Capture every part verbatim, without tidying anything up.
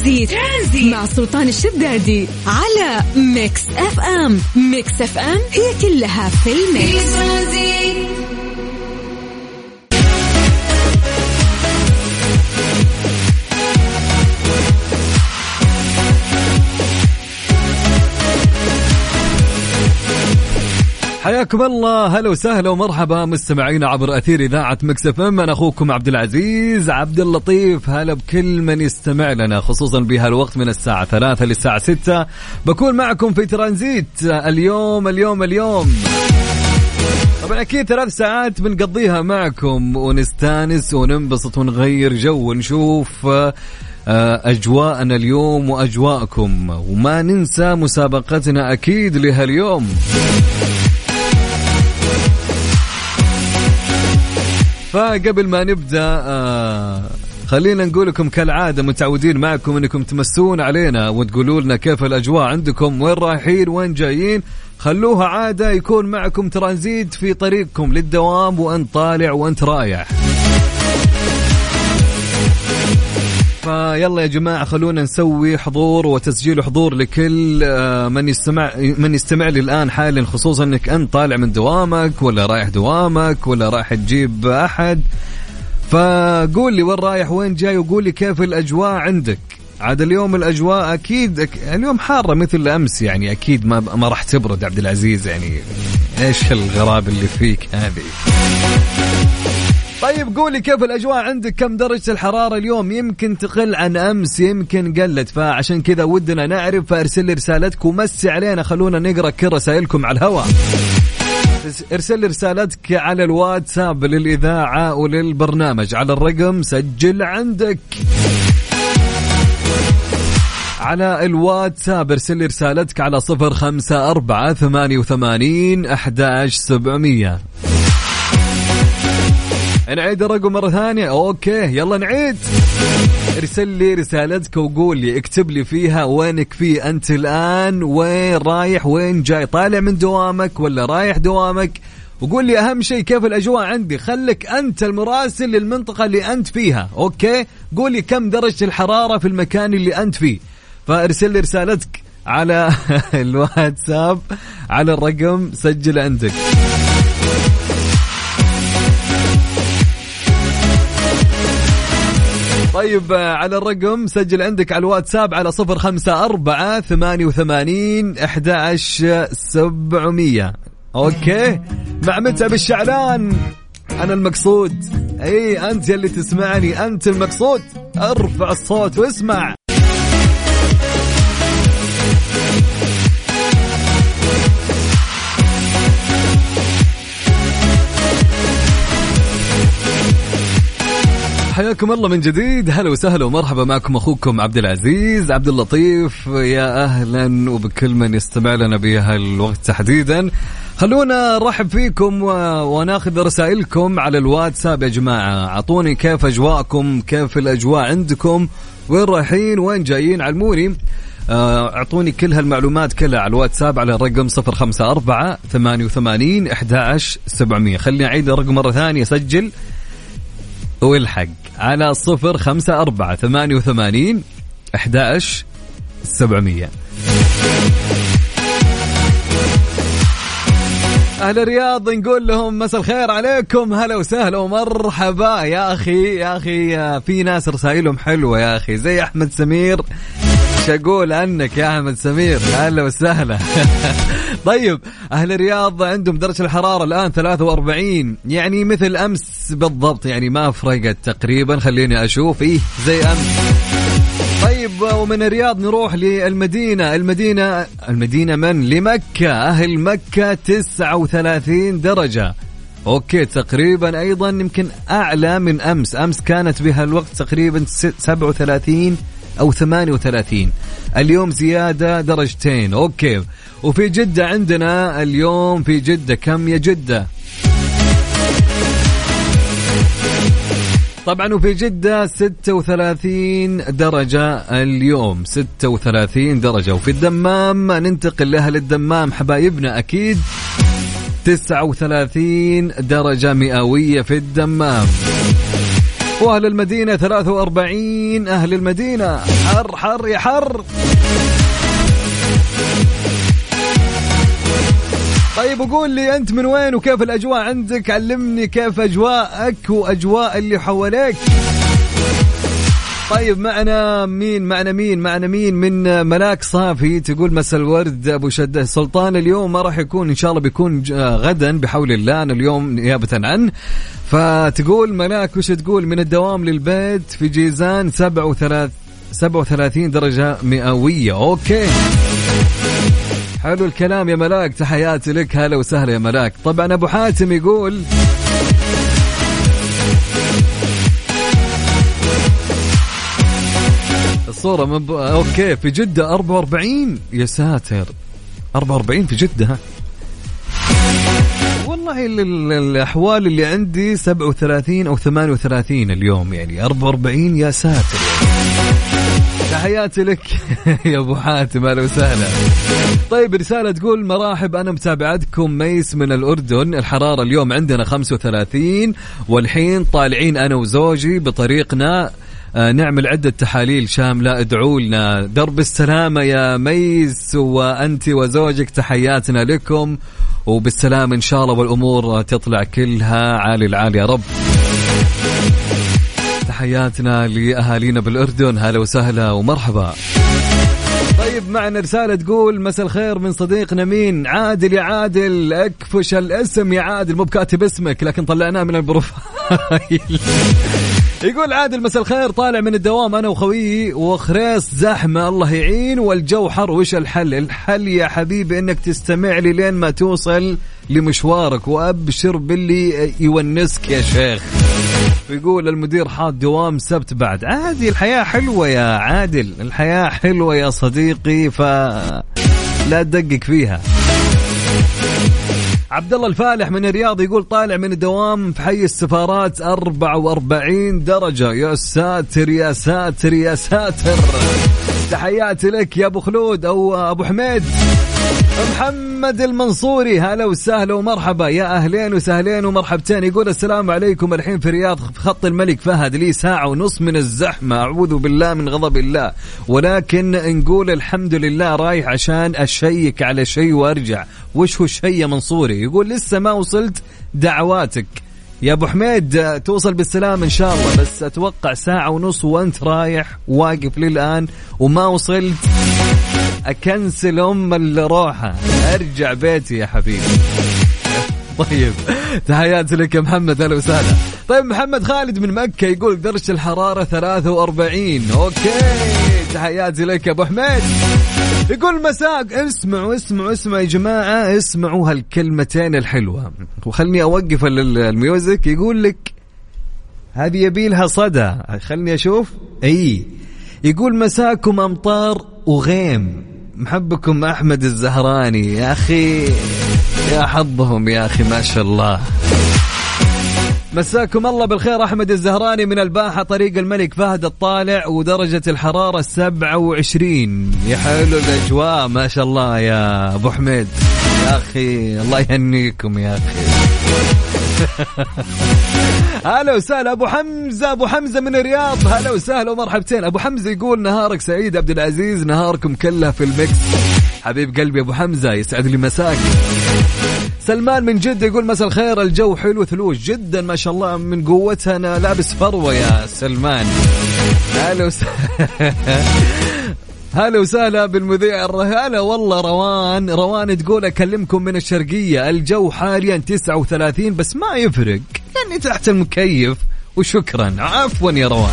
ترانزيت, ترانزيت مع سلطان الشدادي على ميكس اف ام. ميكس اف ام هي كلها في الميكس. حياكم الله، هلا وسهلا ومرحبا مستمعينا عبر أثير إذاعة ميكس اف ام. أنا أخوكم عبد العزيز عبد اللطيف. هلا بكل من يستمع لنا خصوصا بهالوقت من الساعة ثلاثة للساعة ستة. بكون معكم في ترانزيت اليوم اليوم اليوم طبعا أكيد ثلاث ساعات بنقضيها معكم ونستانس وننبسط ونغير جو ونشوف أجواءنا اليوم وأجواءكم، وما ننسى مسابقتنا أكيد لهاليوم. فقبل ما نبدأ آه خلينا نقول لكم كالعادة متعودين معكم انكم تمسون علينا وتقولوا لنا كيف الأجواء عندكم، وين رايحين وين جايين. خلوها عادة يكون معكم ترانزيت في طريقكم للدوام وانت طالع وانت رايح. فيلا يا جماعة خلونا نسوي حضور وتسجيل حضور لكل من يستمع من يستمع لي الآن حالا، خصوصا انك انت طالع من دوامك ولا رايح دوامك ولا رايح تجيب أحد. فقول لي وين رايح وين جاي، وقول لي كيف الأجواء عندك. عاد اليوم الأجواء أكيد اليوم حارة مثل أمس، يعني أكيد ما ما راح تبرد عبد العزيز، يعني إيش الغراب اللي فيك هذه. طيب قولي كيف الأجواء عندك، كم درجة الحرارة اليوم؟ يمكن تقل عن أمس يمكن قلت، فعشان كذا ودنا نعرف. فارسل رسالتك ومسي علينا، خلونا نقرأ كل رسائلكم على الهواء. ارسل رسالتك على الواتساب للإذاعة وللبرنامج على الرقم سجل عندك على الواتساب. ارسل رسالتك على صفر خمسة أربعة ثمانية وثمانين أحد عشر سبعمية. نعيد الرقم مرة ثانية. أوكي يلا نعيد. ارسل لي رسالتك وقول لي، اكتب لي فيها وينك فيه أنت الآن، وين رايح وين جاي، طالع من دوامك ولا رايح دوامك. وقول لي أهم شيء كيف الأجواء عندي، خلك أنت المراسل للمنطقة اللي أنت فيها. أوكي قول لي كم درجة الحرارة في المكان اللي أنت فيه. فارسل لي رسالتك على الواتساب على الرقم سجل عندك. طيب على الرقم سجل عندك على الواتساب على صفر خمسة أربعة ثمانية وثمانين أحد عشر سبعمية. أوكي مع متعب الشعلان أنا المقصود. أي أنت يلي تسمعني أنت المقصود، ارفع الصوت واسمع. حياكم الله من جديد، هلا وسهلا ومرحبا معكم أخوكم عبد العزيز عبد اللطيف. يا أهلا وبكل من يستمع لنا بهالوقت تحديدا. خلونا نرحب فيكم و... وناخذ رسائلكم على الواتساب يا جماعة. عطوني كيف أجواءكم، كيف الأجواء عندكم، وين رايحين وين جايين. علموني اعطوني كل هالمعلومات كلها على الواتساب على الرقم صفر خمسة أربعة ثمانية وثمانين أحد عشر سبعمية. خليني أعيد الرقم مرة ثانية، سجل والحق على صفر خمسة أربعة ثمانية وثمانين أحد عشر سبعمية. أهل الرياض نقول لهم مساء الخير عليكم، هلا وسهلا ومرحبا. يا أخي يا أخي في ناس رسائلهم حلوة يا أخي، زي أحمد سمير. شقول عنك يا أحمد سمير، هلا وسهلا. طيب أهل الرياض عندهم درجة الحرارة الآن ثلاثة وأربعين، يعني مثل أمس بالضبط، يعني ما فرقت تقريبا. خليني أشوف إيه زي أمس. طيب ومن الرياض نروح للمدينة. المدينة المدينة من لمكة. أهل مكة تسعة وثلاثين درجة. أوكي تقريبا أيضا يمكن أعلى من أمس. أمس كانت بها الوقت تقريبا سبعة وثلاثين أو ثمانية وثلاثين. اليوم زيادة درجتين. أوكي وفي جدة عندنا اليوم في جدة كم يا جدة؟ طبعا وفي جدة ستة وثلاثين درجة اليوم، ستة وثلاثين درجة. وفي الدمام ننتقل لها للدمام حبايبنا أكيد تسعة وثلاثين درجة مئوية في الدمام. وأهل المدينة ثلاثة وأربعين. أهل المدينة حر حر يا حر. طيب وقول لي أنت من وين وكيف الأجواء عندك، علمني كيف أجواءك وأجواء اللي حواليك. طيب معنا مين معنا مين معنا مين من ملاك صافي تقول مساء الورد أبو شدة سلطان، اليوم ما راح يكون إن شاء الله، بيكون غدا بحول الله، أنا اليوم نيابة عنه. فتقول ملاك وش تقول؟ من الدوام للبيت في جيزان سبعة وثلاثين درجة مئوية. أوكي حلو الكلام يا ملاك، تحياتي لك، هلا وسهلا يا ملاك. طبعا أبو حاتم يقول الصورة مب... أوكي في جدة أربعة وأربعين. يا ساتر أربعة وأربعين في جدة. والله ال... ال... الأحوال اللي عندي سبعة وثلاثين أو ثمانية وثلاثين اليوم، يعني أربعة وأربعين. يا ساتر تحياتي لك يا أبو حاتم، أهلا وسهلا. طيب رسالة تقول مرحب، أنا متابعتكم ميس من الأردن، الحرارة اليوم عندنا خمسة وثلاثين والحين طالعين أنا وزوجي بطريقنا نعمل عدة تحاليل شاملة، ادعوا لنا درب السلامة يا ميس وأنت وزوجك، تحياتنا لكم وبالسلام إن شاء الله والأمور تطلع كلها عالي العالي يا رب. تحياتنا لأهالينا بالأردن، هلا وسهلا ومرحبا. طيب معنا رسالة تقول مساء الخير من صديقنا مين؟ عادل. يا عادل اكفش الاسم يا عادل، مو بكاتب اسمك لكن طلعناه من البروفايل. يقول عادل مساء الخير، طالع من الدوام أنا وخويي وخريص زحمة الله يعين والجو حر، وش الحل؟ الحل يا حبيبي إنك تستمع لي لين ما توصل لمشوارك وأبشر باللي يونسك يا شيخ. يقول المدير حاط دوام سبت بعد. عادي الحياة حلوة يا عادل، الحياة حلوة يا صديقي، فلا تدقق فيها. عبد الله الفالح من الرياض يقول طالع من الدوام في حي السفارات أربعة وأربعين درجة. يا ساتر يا ساتر يا ساتر. تحياتي لك يا أبو خلود أو أبو حميد. محمد المنصوري هلا وسهلا ومرحبا، يا أهلين وسهلين ومرحبتين. يقول السلام عليكم، الحين في الرياض في خط الملك فهد، لي ساعة ونص من الزحمة، أعوذ بالله من غضب الله، ولكن نقول الحمد لله رايح عشان أشيك على شيء وأرجع. وش هو الشيء يا منصوري؟ يقول لسه ما وصلت، دعواتك يا أبو حميد توصل بالسلام إن شاء الله، بس أتوقع ساعة ونص وأنت رايح واقف للآن وما وصلت، أكنسل أم الروحة، أرجع بيتي يا حبيبي. طيب تحياتي لك يا محمد، هلا وسهلا. طيب محمد خالد من مكة يقول درجة الحرارة ثلاثة وأربعين. أوكي تحياتي لك يا أبو حميد. يقول مساك، اسمعوا اسمعوا اسمعوا يا جماعة، اسمعوا هالكلمتين الحلوة وخلني أوقف الميوزك. يقول لك هذه يبيلها صدى، خلني أشوف. أي يقول مساكم أمطار وغيم، محبكم أحمد الزهراني. يا أخي يا حظهم يا أخي ما شاء الله. مساكم الله بالخير، أحمد الزهراني من الباحة طريق الملك فهد الطالع، ودرجة الحرارة سبعة وعشرين. يا حلو الأجواء ما شاء الله يا أبو حميد، يا أخي الله يهنيكم يا أخي. هلا وسهلا أبو حمزة، أبو حمزة من الرياض، هلا وسهلا ومرحبتين. أبو حمزة يقول نهارك سعيد عبد العزيز، نهاركم كلها في المكس. حبيب قلبي أبو حمزة يسعد لي مساك. سلمان من جدة يقول مساء الخير، الجو حلو ثلوج جدا ما شاء الله، من قوتها أنا لابس فروة يا سلمان. هلا وسهلا هلا وسهلا بالمذيع الرهالة. والله روان روان تقول أكلمكم من الشرقية، الجو حاليا تسعة وثلاثين بس ما يفرق لأني تحت المكيف وشكرا. عفوا يا روان.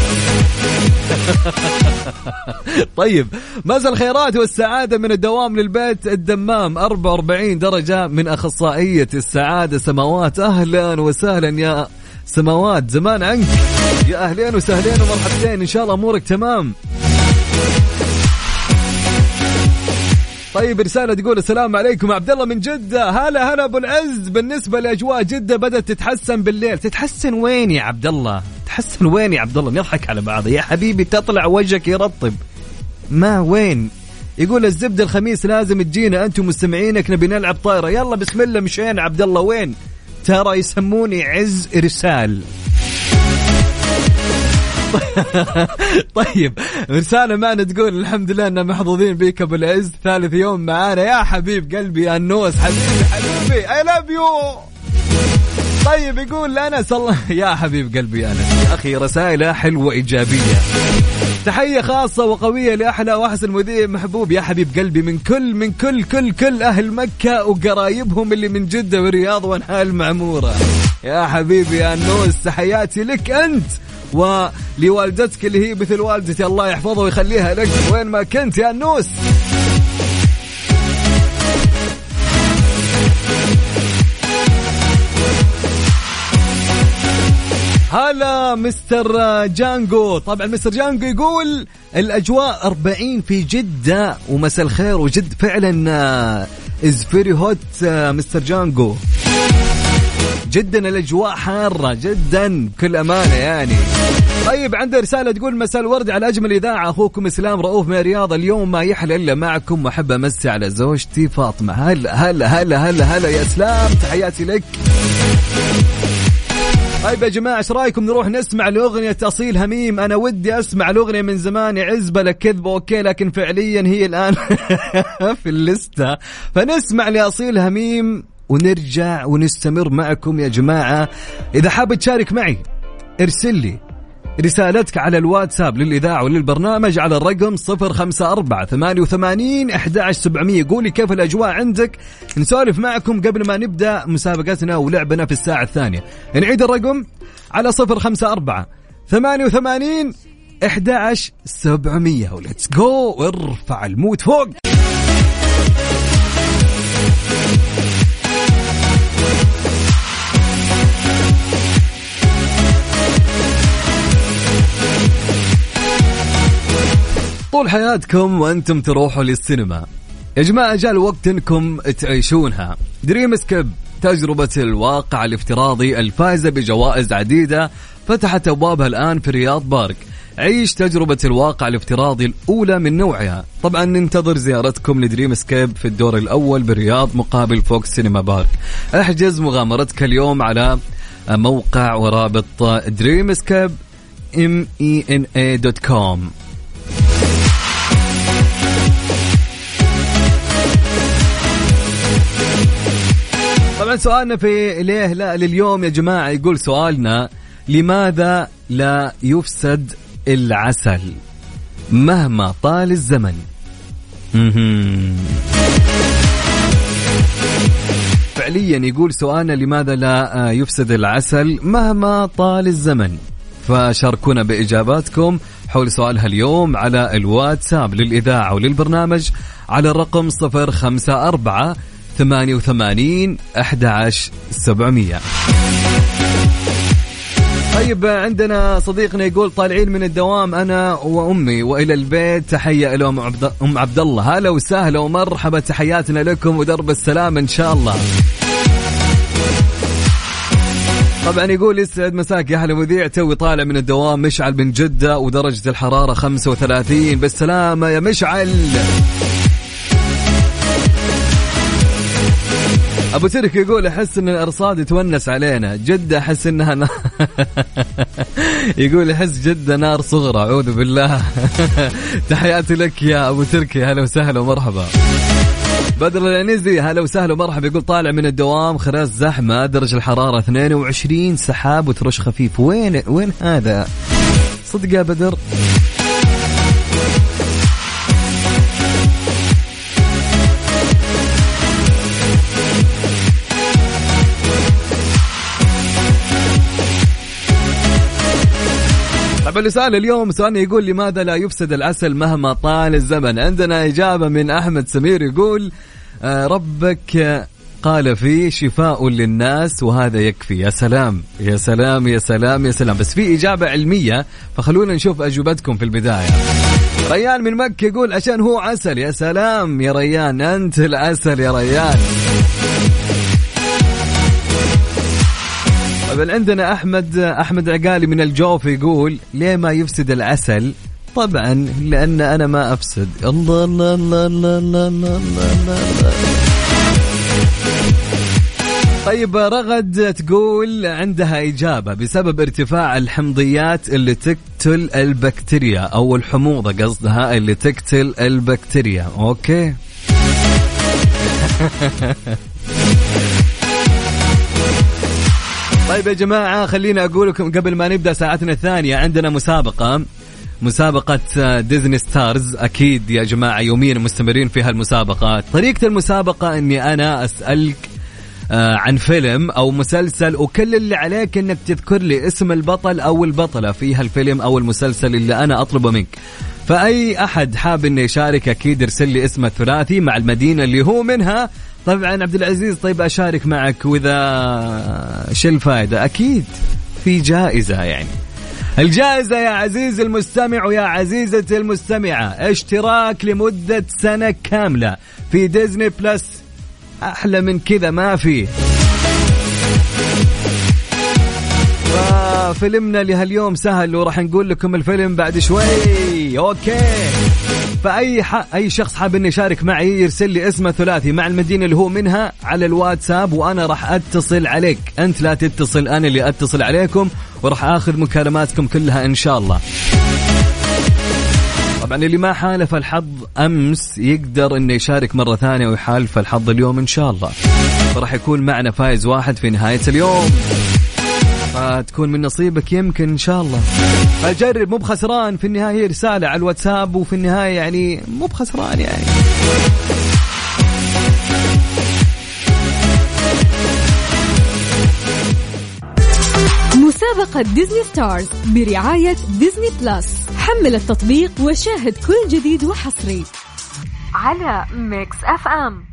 طيب مساء الخيرات والسعادة من الدوام للبيت، الدمام أربعة وأربعين درجة من أخصائية السعادة سماوات. أهلا وسهلا يا سماوات، زمان عنك، يا أهلين وسهلين ومرحبتين، إن شاء الله أمورك تمام. طيب رسالة تقول السلام عليكم عبد الله من جدة، هلا هلا أبو العز. بالنسبة لأجواء جدة بدأت تتحسن بالليل. تتحسن وين يا عبد الله؟ تحسن وين يا عبد الله؟ نضحك على بعض يا حبيبي، تطلع وجهك يرطب ما وين. يقول الزبدة الخميس لازم تجينا أنتم مستمعينك، نبي نلعب طايرة. يلا بسم الله مشينا. عبد الله وين؟ ترى يسموني عز إرسال. طيب رسالة معنا تقول الحمد لله أننا محظوظين بيك أبو العز، ثالث يوم معانا يا حبيب قلبي يا النوس، حبيبي حبيبي I love you. طيب يقول أنس الله يا حبيب قلبي أنس يا أخي رسائل حلوة إيجابية. تحية خاصة وقوية لأحلى وأحسن مذيع محبوب يا حبيب قلبي من كل من كل كل كل أهل مكة وقرايبهم اللي من جدة والرياض وأنحاء المعمورة. يا حبيبي يا النوس تحياتي لك أنت ولوالدتك اللي هي مثل والدتي، الله يحفظها ويخليها لك وين ما كنت يا النوس. هلا مستر جانجو. طبعا مستر جانجو يقول الأجواء أربعين في جدة ومساء الخير، وجد فعلا is very hot مستر جانجو، جدا الأجواء حارة جدا بكل أمانة يعني. طيب عنده رسالة تقول مساء الورد على أجمل إذاعة، أخوكم إسلام رؤوف من الرياض، اليوم ما يحلى إلا معكم، وأحب أمسي على زوجتي فاطمة. هلا هلا هلا هلا هلا يا إسلام تحياتي لك. طيب يا جماعة ايش رايكم نروح نسمع الأغنية أصيل هميم؟ أنا ودي أسمع الأغنية من زمان، عزبة لكذب أوكي لكن فعليا هي الآن في الليستة، فنسمع لأصيل هميم ونرجع ونستمر معكم يا جماعة. إذا حاب تشارك معي ارسل لي رسالتك على الواتساب للإذاعة وللبرنامج على الرقم صفر خمسة أربعة ثمانية وثمانين أحد عشر سبعمية. قولي كيف الأجواء عندك، نسولف معكم قبل ما نبدأ مسابقتنا ولعبنا في الساعة الثانية. نعيد الرقم على صفر خمسة أربعة ثمانية وثمانين أحد عشر سبعمية وليتس جو وارفع المود فوق. طول حياتكم وأنتم تروحوا للسينما يا جماعة، جاء الوقت أنكم تعيشونها. دريم سكيب تجربة الواقع الافتراضي الفائزة بجوائز عديدة فتحت أبوابها الآن في رياض بارك. عيش تجربة الواقع الافتراضي الأولى من نوعها. طبعا ننتظر زيارتكم لدريم سكيب في الدور الأول برياض مقابل فوكس سينما بارك. احجز مغامرتك اليوم على موقع ورابط دريم سكيب إم إي إن إيه دوت كوم. طبعا سؤالنا في ليه لا لليوم يا جماعة يقول سؤالنا لماذا لا يفسد العسل مهما طال الزمن؟ فعليا يقول سؤالنا لماذا لا يفسد العسل مهما طال الزمن. فشاركونا بإجاباتكم حول سؤالها اليوم على الواتساب للإذاعة وللبرنامج على الرقم صفر خمسة أربعة ثمانية وثمانين أحد عشر سبعمية. طيب عندنا صديقنا يقول طالعين من الدوام أنا وأمي وإلى البيت، تحية إلى أم عبد الله. هلا وسهلا ومرحبا، تحياتنا لكم ودرب السلام إن شاء الله. طبعا يقول يسعد مساك يا أهل مذيع، توي طالع من الدوام مشعل من جدة ودرجة الحرارة خمسة وثلاثين. بالسلامة يا مشعل. أبو ترك يقول أحس أن الأرصاد يتونس علينا، جدة أحس أنها ن... يقول أحس جدة نار صغرى، أعوذ بالله. تحياتي لك يا أبو تركي، هلا وسهلا ومرحبا. بدر العنيزي هلا وسهلا ومرحبا، يقول طالع من الدوام خلاص زحمة، درجة الحرارة اثنين وعشرين، سحاب وترش خفيف. وين وين هذا صدق يا بدر؟ طبعا السؤال اليوم سؤالنا يقول لماذا لا يفسد العسل مهما طال الزمن. عندنا إجابة من أحمد سمير يقول ربك قال فيه شفاء للناس وهذا يكفي. يا سلام يا سلام يا سلام يا سلام، بس في إجابة علمية فخلونا نشوف أجوبتكم في البداية. ريان من مكة يقول عشان هو عسل. يا سلام يا ريان، أنت العسل يا ريان. طبعا عندنا أحمد أحمد عقالي من الجوف يقول ليه ما يفسد العسل؟ طبعا لأن أنا ما أفسد. الله الله الله الله الله الله الله. طيب رغد تقول عندها إجابة: بسبب ارتفاع الحمضيات اللي تقتل البكتيريا، أو الحموضة قصدها اللي تقتل البكتيريا. أوكي. طيب يا جماعة خلينا أقول لكم قبل ما نبدأ ساعتنا الثانية عندنا مسابقة، مسابقة ديزني ستارز. أكيد يا جماعة يوميا مستمرين في هالمسابقة. طريقة المسابقة أني أنا أسألك عن فيلم أو مسلسل، وكل اللي عليك أنك تذكر لي اسم البطل أو البطلة في هالفيلم أو المسلسل اللي أنا أطلبه منك. فأي أحد حاب أن يشارك أكيد يرسل لي اسم الثلاثي مع المدينة اللي هو منها. طبعا عبد العزيز طيب أشارك معك، وإذا شو الفائدة؟ أكيد في جائزة. يعني الجائزة يا عزيز المستمع ويا عزيزة المستمعة اشتراك لمدة سنة كاملة في ديزني بلس. أحلى من كذا ما في. فيلمنا لهاليوم سهل، وراح نقول لكم الفيلم بعد شوي. أوكي. فأي ح... أي شخص حاب إنه يشارك معي يرسل لي اسمه ثلاثي مع المدينة اللي هو منها على الواتساب، وأنا راح أتصل عليك. أنت لا تتصل، أنا اللي أتصل عليكم، وراح آخذ مكالماتكم كلها إن شاء الله. طبعا اللي ما حالف الحظ أمس يقدر إنه يشارك مرة ثانية ويحالف الحظ اليوم إن شاء الله. فراح يكون معنا فائز واحد في نهاية اليوم، فتكون من نصيبك يمكن إن شاء الله. فجرب، مو بخسران في النهاية. رسالة على الواتساب وفي النهاية يعني مو بخسران يعني. مسابقة ديزني ستارز برعاية ديزني بلس. حمل التطبيق وشاهد كل جديد وحصري على ميكس اف ام.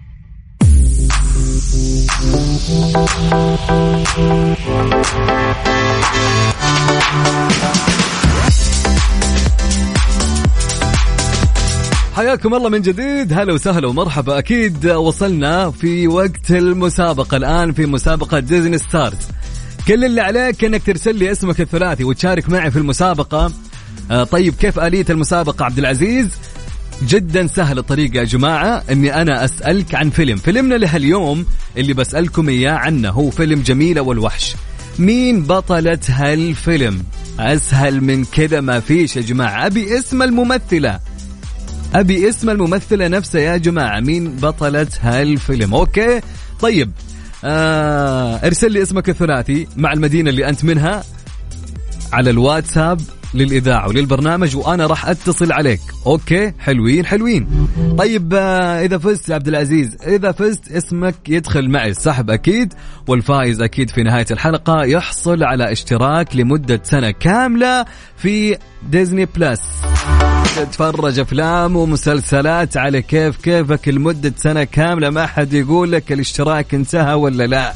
حياكم الله من جديد، هلا وسهلا ومرحبا. أكيد وصلنا في وقت المسابقة الآن في مسابقة ديزني ستارز. كل اللي عليك أنك ترسل لي اسمك الثلاثي وتشارك معي في المسابقة. آه طيب كيف آلية المسابقة عبد العزيز؟ جدا سهل الطريقة يا جماعة، أني أنا أسألك عن فيلم. فيلمنا لهاليوم اللي بسألكم إياه عنه هو فيلم جميلة والوحش. مين بطلة هالفيلم؟ أسهل من كذا ما فيش يا جماعة. أبي اسم الممثلة، أبي اسم الممثلة نفسها يا جماعة. مين بطلة هالفيلم؟ أوكي طيب آه ارسل لي اسمك الثلاثي مع المدينة اللي أنت منها على الواتساب للإذاعة وللبرنامج، وأنا راح أتصل عليك. أوكي حلوين حلوين. طيب آه إذا فزت يا عبد العزيز، إذا فزت اسمك يدخل معي السحب أكيد، والفائز أكيد في نهاية الحلقة يحصل على اشتراك لمدة سنة كاملة في ديزني بلس. تتفرج أفلام ومسلسلات على كيف كيفك لمدة سنة كاملة، ما حد يقول لك الاشتراك انتهى ولا لا.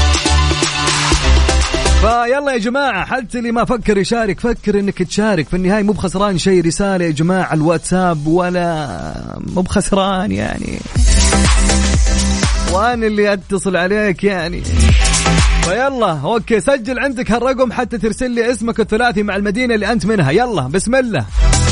فيلا يا جماعة، حتى اللي ما فكر يشارك فكر انك تشارك. في النهاية مو بخسران شيء. رسالة يا جماعة على الواتساب ولا مو بخسران يعني، وانا اللي اتصل عليك يعني. فيلا اوكي، سجل عندك هالرقم حتى ترسل لي اسمك الثلاثي مع المدينة اللي انت منها. يلا بسم الله.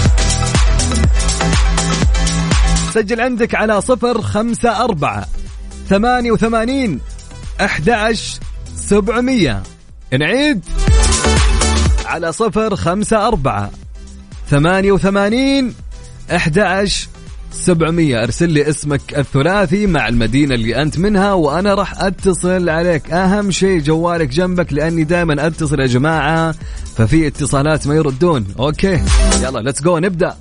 سجل عندك على صفر خمسة أربعة ثمانية وثمانين أحد عشر سبعمية. نعيد على صفر خمسة أربعة ثمانية وثمانين أحد عشر سبعمية. أرسل لي اسمك الثلاثي مع المدينة اللي أنت منها وأنا راح أتصل عليك. أهم شيء جوالك جنبك، لأني دائما أتصل يا جماعة ففي اتصالات ما يردون. أوكي يلا ليتس جو نبدأ.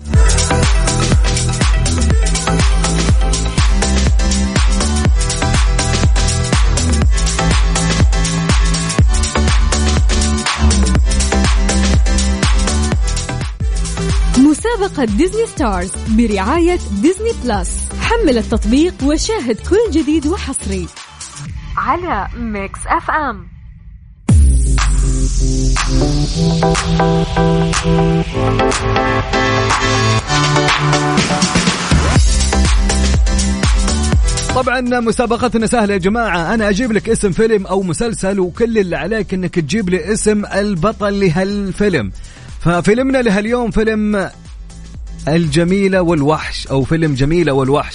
مسابقة ديزني ستارز برعاية ديزني بلس. حمل التطبيق وشاهد كل جديد وحصري على ميكس اف ام. طبعا مسابقتنا سهلة يا جماعة. أنا أجيب لك اسم فيلم أو مسلسل، وكل اللي عليك أنك تجيب لي اسم البطل لهالفيلم. ففيلمنا لهاليوم فيلم الجميلة والوحش، أو فيلم جميلة والوحش.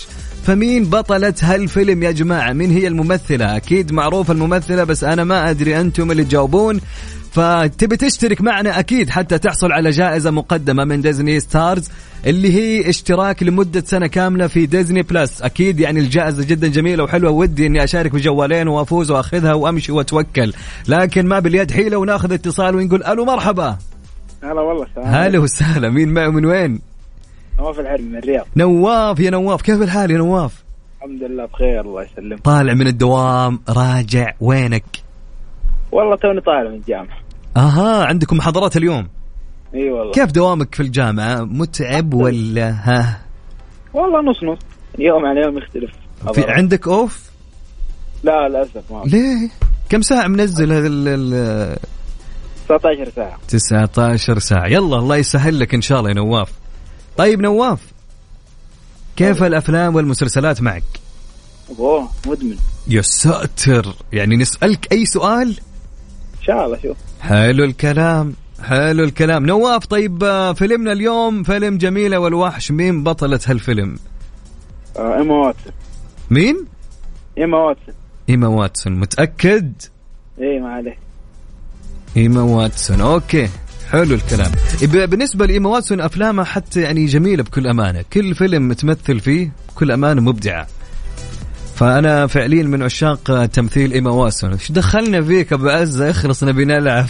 فمين بطلة هالفيلم يا جماعة؟ مين هي الممثلة؟ أكيد معروفة الممثلة بس أنا ما أدري، أنتم اللي تجاوبون. فتبي تشترك معنا أكيد حتى تحصل على جائزة مقدمة من ديزني ستارز اللي هي اشتراك لمدة سنة كاملة في ديزني بلس. أكيد يعني الجائزة جدا جميلة وحلوة، ودي أني أشارك بجوالين وأفوز وأخذها وأمشي وأتوكل، لكن ما باليد حيلة وناخذ اتصال ونقول ألو مرحبا. هلا والله. هلا وسهلا. مين معه من وين؟ نواف الحربي من الرياض. نواف يا نواف، كيف الحال يا نواف؟ الحمد لله بخير الله يسلمك. طالع من الدوام راجع وينك؟ والله توني طالع من الجامعة. اها عندكم محاضرات اليوم؟ اي والله. كيف دوامك في الجامعة؟ متعب ولا ها؟ والله نص نص، يوم عن يوم يختلف. في عندك اوف؟ لا للأسف ما. ليه؟ كم ساعة منزل هذا ال تسعة عشر ساعة؟ تسعة عشر ساعة. يلا الله يسهل لك إن شاء الله يا نواف. طيب نواف، كيف أوه. الأفلام والمسلسلات معك؟ أوه مدمن. يا ساتر، يعني نسألك أي سؤال؟ إن شاء الله. شوف حلو الكلام حلو الكلام. نواف طيب، فيلمنا اليوم فيلم جميلة والوحش، مين بطلة هالفيلم؟ آه إيما واتسون. مين؟ إيما واتسون. إيما واتسون متأكد؟ إيه ما عليه. إيما واتسون أوكي حلو الكلام. بالنسبة لإيما واتسون أفلامها حتى يعني جميلة بكل أمانة، كل فيلم متمثل فيه بكل أمانة مبدعة، فأنا فعليا من عشاق تمثيل إيما واتسون. إيش دخلنا فيك أبو عزة؟ اخلص نبي نلعب.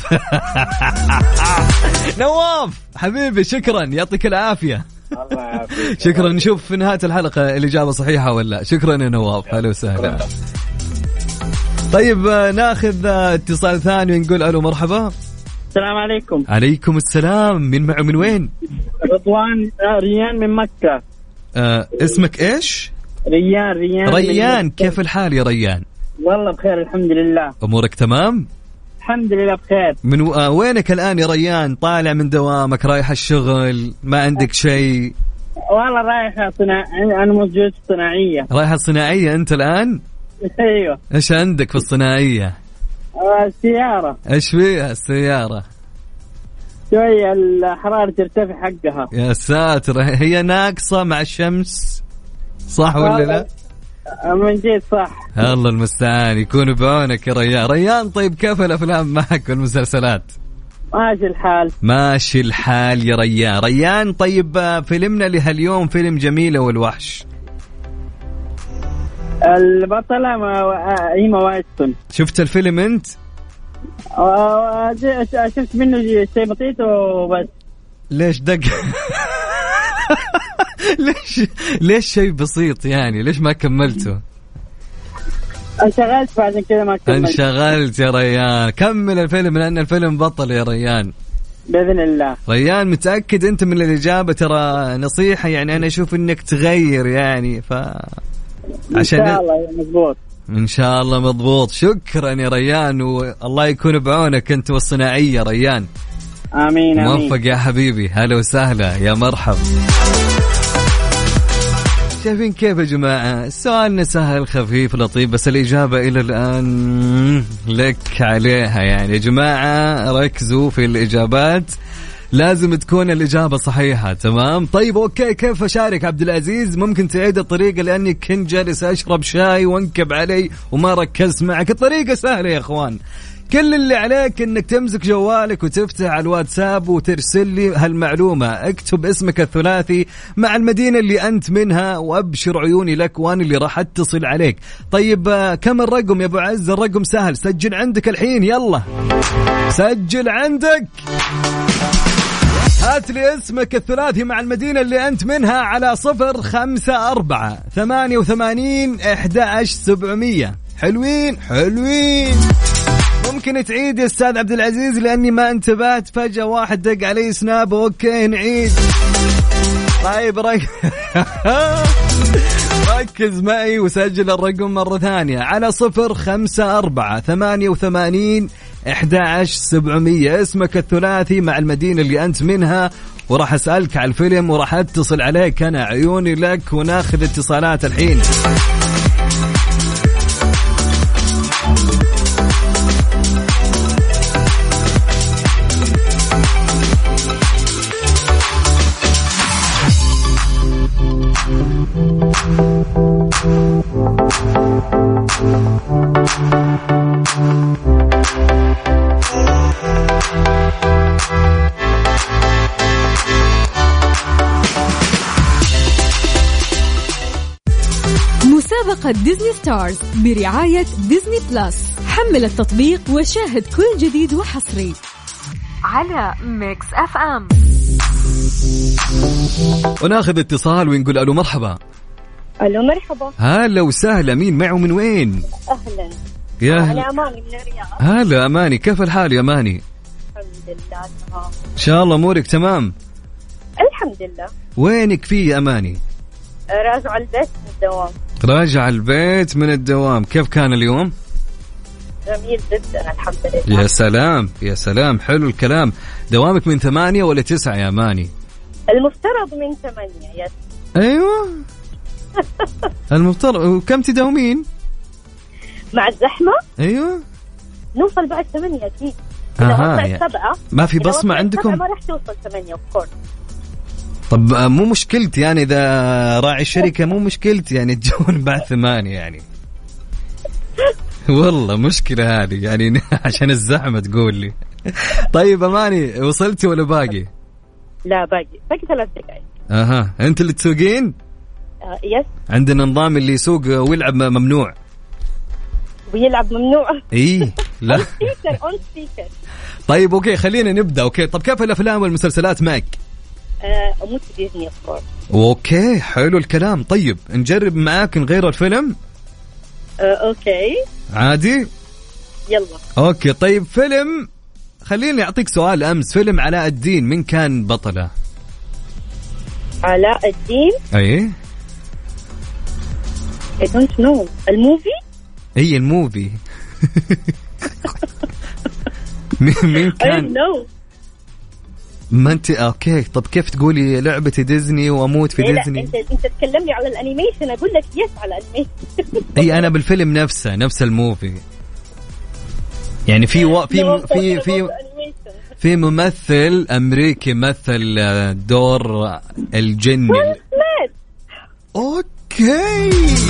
نواف حبيبي شكرا، يعطيك العافية. الله يعافيك. شكرا. نشوف في نهاية الحلقة الإجابة صحيحة ولا. شكرا يا نواف. حلو وسهلا. طيب ناخذ اتصال ثاني ونقول ألو مرحبا. السلام عليكم. عليكم السلام. من معه من وين؟ رضوان. ريان من مكة. آه اسمك إيش؟ ريان. ريان ريان كيف الحال يا ريان؟ والله بخير الحمد لله. أمورك تمام؟ الحمد لله بخير. من و... آه وينك الآن يا ريان؟ طالع من دوامك، رايح الشغل، ما عندك شيء؟ والله رايح صناع... أنا موجود في الصناعية. رايح الصناعية أنت الآن؟ أيوة. إيش عندك في الصناعية؟ آه السيارة. إيش فيها السيارة؟ شوية الحرارة ترتفع حقها. يا ساتر، هي ناقصة مع الشمس صح ولا لا؟ من جد صح. الله المستعان، يكون بعونك يا ريان. ريان طيب كيف الأفلام معك والمسلسلات؟ ماشي الحال. ماشي الحال يا ريان. ريان طيب فيلمنا لهاليوم فيلم جميلة والوحش، البطلة إيما واتسون. شفت الفيلم أنت؟ آه شفت منه شيء بسيط وبس. ليش دق؟ ليش ليش شيء بسيط يعني؟ ليش ما كملته؟ انشغلت بعد كذا ما كملت. انشغلت يا ريان. كمل الفيلم لأن الفيلم بطل يا ريان بإذن الله. ريان متأكد أنت من الإجابة؟ ترى نصيحة يعني أنا أشوف إنك تغير يعني ف عشان إن شاء الله مضبوط. إن شاء الله مضبوط. شكرا يا ريان والله يكون بعونك أنت والصناعية ريان. آمين آمين. موفق يا حبيبي. هلا وسهلا يا مرحب. شايفين كيف يا جماعة؟ سؤالنا سهل خفيف لطيف بس الإجابة إلى الآن لك عليها يعني. يا جماعة ركزوا في الإجابات، لازم تكون الإجابة صحيحة. تمام طيب أوكي. كيف أشارك عبد العزيز؟ ممكن تعيد الطريقة لأني كنت جالس أشرب شاي وانكب علي وما ركزت معك. الطريقة سهلة يا أخوان، كل اللي عليك انك تمسك جوالك وتفتح على الواتساب وترسل لي هالمعلومة. اكتب اسمك الثلاثي مع المدينة اللي انت منها وابشر عيوني لك وانا اللي راح اتصل عليك. طيب كم الرقم يا ابو عز؟ الرقم سهل، سجل عندك الحين. يلا سجل عندك، هات لي اسمك الثلاثي مع المدينة اللي أنت منها على صفر خمسة أربعة ثمانية وثمانين أحد عشر سبعمية. حلوين حلوين. ممكن تعيد يا أستاذ عبد العزيز لأني ما انتبهت، فجأة واحد دق علي سناب. أوكي نعيد. طيب ركز ركز معي وسجل الرقم مرة ثانية على صفر خمسة أربعة ثمانية وثمانين أحد عشر سبعمية. اسمك الثلاثي مع المدينة اللي أنت منها وراح أسألك على الفيلم وراح أتصل عليك أنا عيوني لك وناخذ اتصالات الحين. مسابقة ديزني ستارز برعاية ديزني بلس. حمل التطبيق وشاهد كل جديد وحصري على ميكس اف ام. وناخذ اتصال ونقول الو مرحبا. الو مرحبا. هلا وسهلا، مين معه من وين؟ اهلا. يا انا اماني من الرياض. هلا اماني، كيف الحال يا اماني؟ الحمد لله تمام. ان شاء الله امورك تمام. الحمد لله. وينك في يا اماني؟ راجعه البيت من الدوام. راجع البيت من الدوام، كيف كان اليوم؟ جميل جدا الحمد لله. يا سلام يا سلام، حلو الكلام. دوامك من ثمانية ولا تسعة يا اماني؟ المفترض من ثمانية. يس. ايوه المفترض. وكم تداومين؟ مع الزحمة ايوه نوصل بعد ثمانية اكيد. اها إذا وصلت سبعة ما في بصمة عندكم؟ ما راح توصل ثمانية اوف. طب مو مشكلتي يعني إذا راعي الشركة، مو مشكلتي يعني تجون بعد ثمانية يعني. والله مشكلة هذه يعني عشان الزحمة تقول لي. طيب أماني، وصلتي ولا باقي؟ لا باقي باقي ثلاث دقائق. أها أنت اللي تسوقين؟ آه يس. عندنا نظام اللي يسوق ويلعب ممنوع. ويلعب ممنوع. إيه لا. سبيكر اون سبيكر. طيب أوكي خلينا نبدأ. أوكي طب كيف الأفلام والمسلسلات معك؟ أموت ديزني أفكار. أوكي حلو الكلام. طيب نجرب معاك نغير الفيلم. أه أوكي عادي. يلا أوكي طيب فيلم، خليني أعطيك سؤال. أمس فيلم علاء الدين من كان بطله؟ علاء الدين. أيه I don't know. الموفي. أي الموفي. مين كان؟ I don't know. ما انت اوكي. طب كيف تقولي لعبة ديزني واموت في لا ديزني؟ انت انت تكلمني على الانيميشن اقول لك يس على الانيميشن. اي انا بالفيلم نفسه نفس الموفي يعني. في و... في م... في في في ممثل امريكي مثل دور الجن. اوكي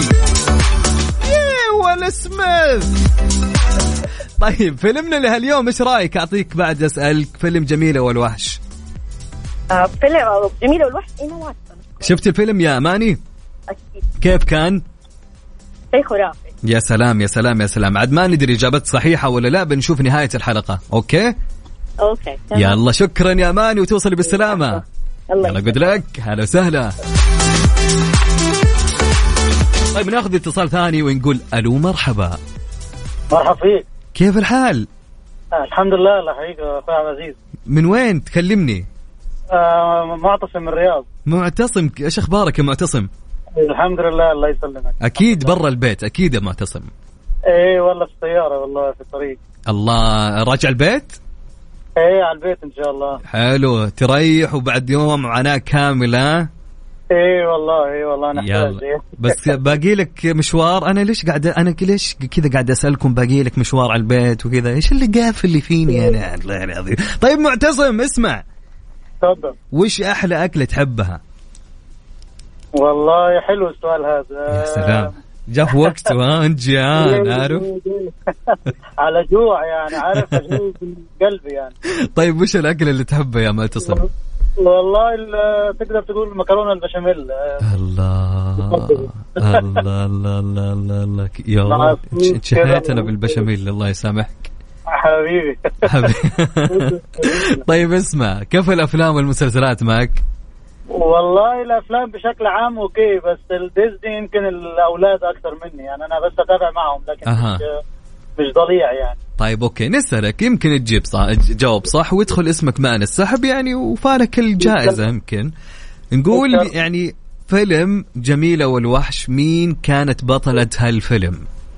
يا ولا سميث. طيب فيلمنا لهاليوم ايش رايك؟ اعطيك بعد اسالك. فيلم جميلة والوحش. آه فيلم جميلة والوحش. ايما واتسون. شفت الفيلم يا اماني؟ اكيد. كيف كان؟ شيء خرافي. يا سلام يا سلام يا سلام. عاد ما ندري اجابت صحيحة ولا لا، بنشوف نهاية الحلقة. اوكي اوكي تمام. يلا شكرا يا اماني وتوصلي بالسلامة. الله يلا قد لك. هلا وسهلا. طيب ناخذ اتصال ثاني ونقول الو مرحبا. مرحبا فيك. كيف الحال؟ آه الحمد لله. الله يحييك اخوي عبد العزيز. من وين تكلمني؟ آه معتصم من الرياض. معتصم، ايش اخبارك يا معتصم؟ الحمد لله الله يسلمك. اكيد برا البيت اكيد يا معتصم. ايه والله في السيارة والله في الطريق. الله راجع البيت؟ ايه على البيت ان شاء الله. حلو تريح وبعد يوم معاناة كاملة. ايه والله ايه والله انا يلا بس باقي لك مشوار. انا ليش قاعد انا ليش كذا قاعد اسالكم باقي لك مشوار على البيت وكذا؟ ايش اللي قافل اللي فيني انا؟ الله العظيم. طيب معتصم اسمع، تفضل. وش احلى اكله تحبها؟ والله حلو السؤال هذا. يا سلام جاء في وقته. ها انت جيعان عارف. على جوع يعني عارف اجوع قلبي يعني. طيب وش الاكله اللي تحبها يا معتصم؟ والله تقدر تقول المكرونه البشاميل. الله الله الله الله الله الله يا رب شهيتنا بالبشاميل. الله يسامحك حبيبي حبيبي. طيب اسمع، كيف الافلام والمسلسلات معك؟ والله الافلام بشكل عام اوكي، بس الديزني يمكن الاولاد اكثر مني يعني. انا بس اتابع معهم لكن أها. مش مش ضليع يعني. طيب اوكي نسألك يمكن تجيب صح جواب صح ويدخل اسمك معنا السحب يعني وفالك الجائزة. يمكن نقول يعني فيلم جميلة والوحش، مين كانت بطلة هالفيلم؟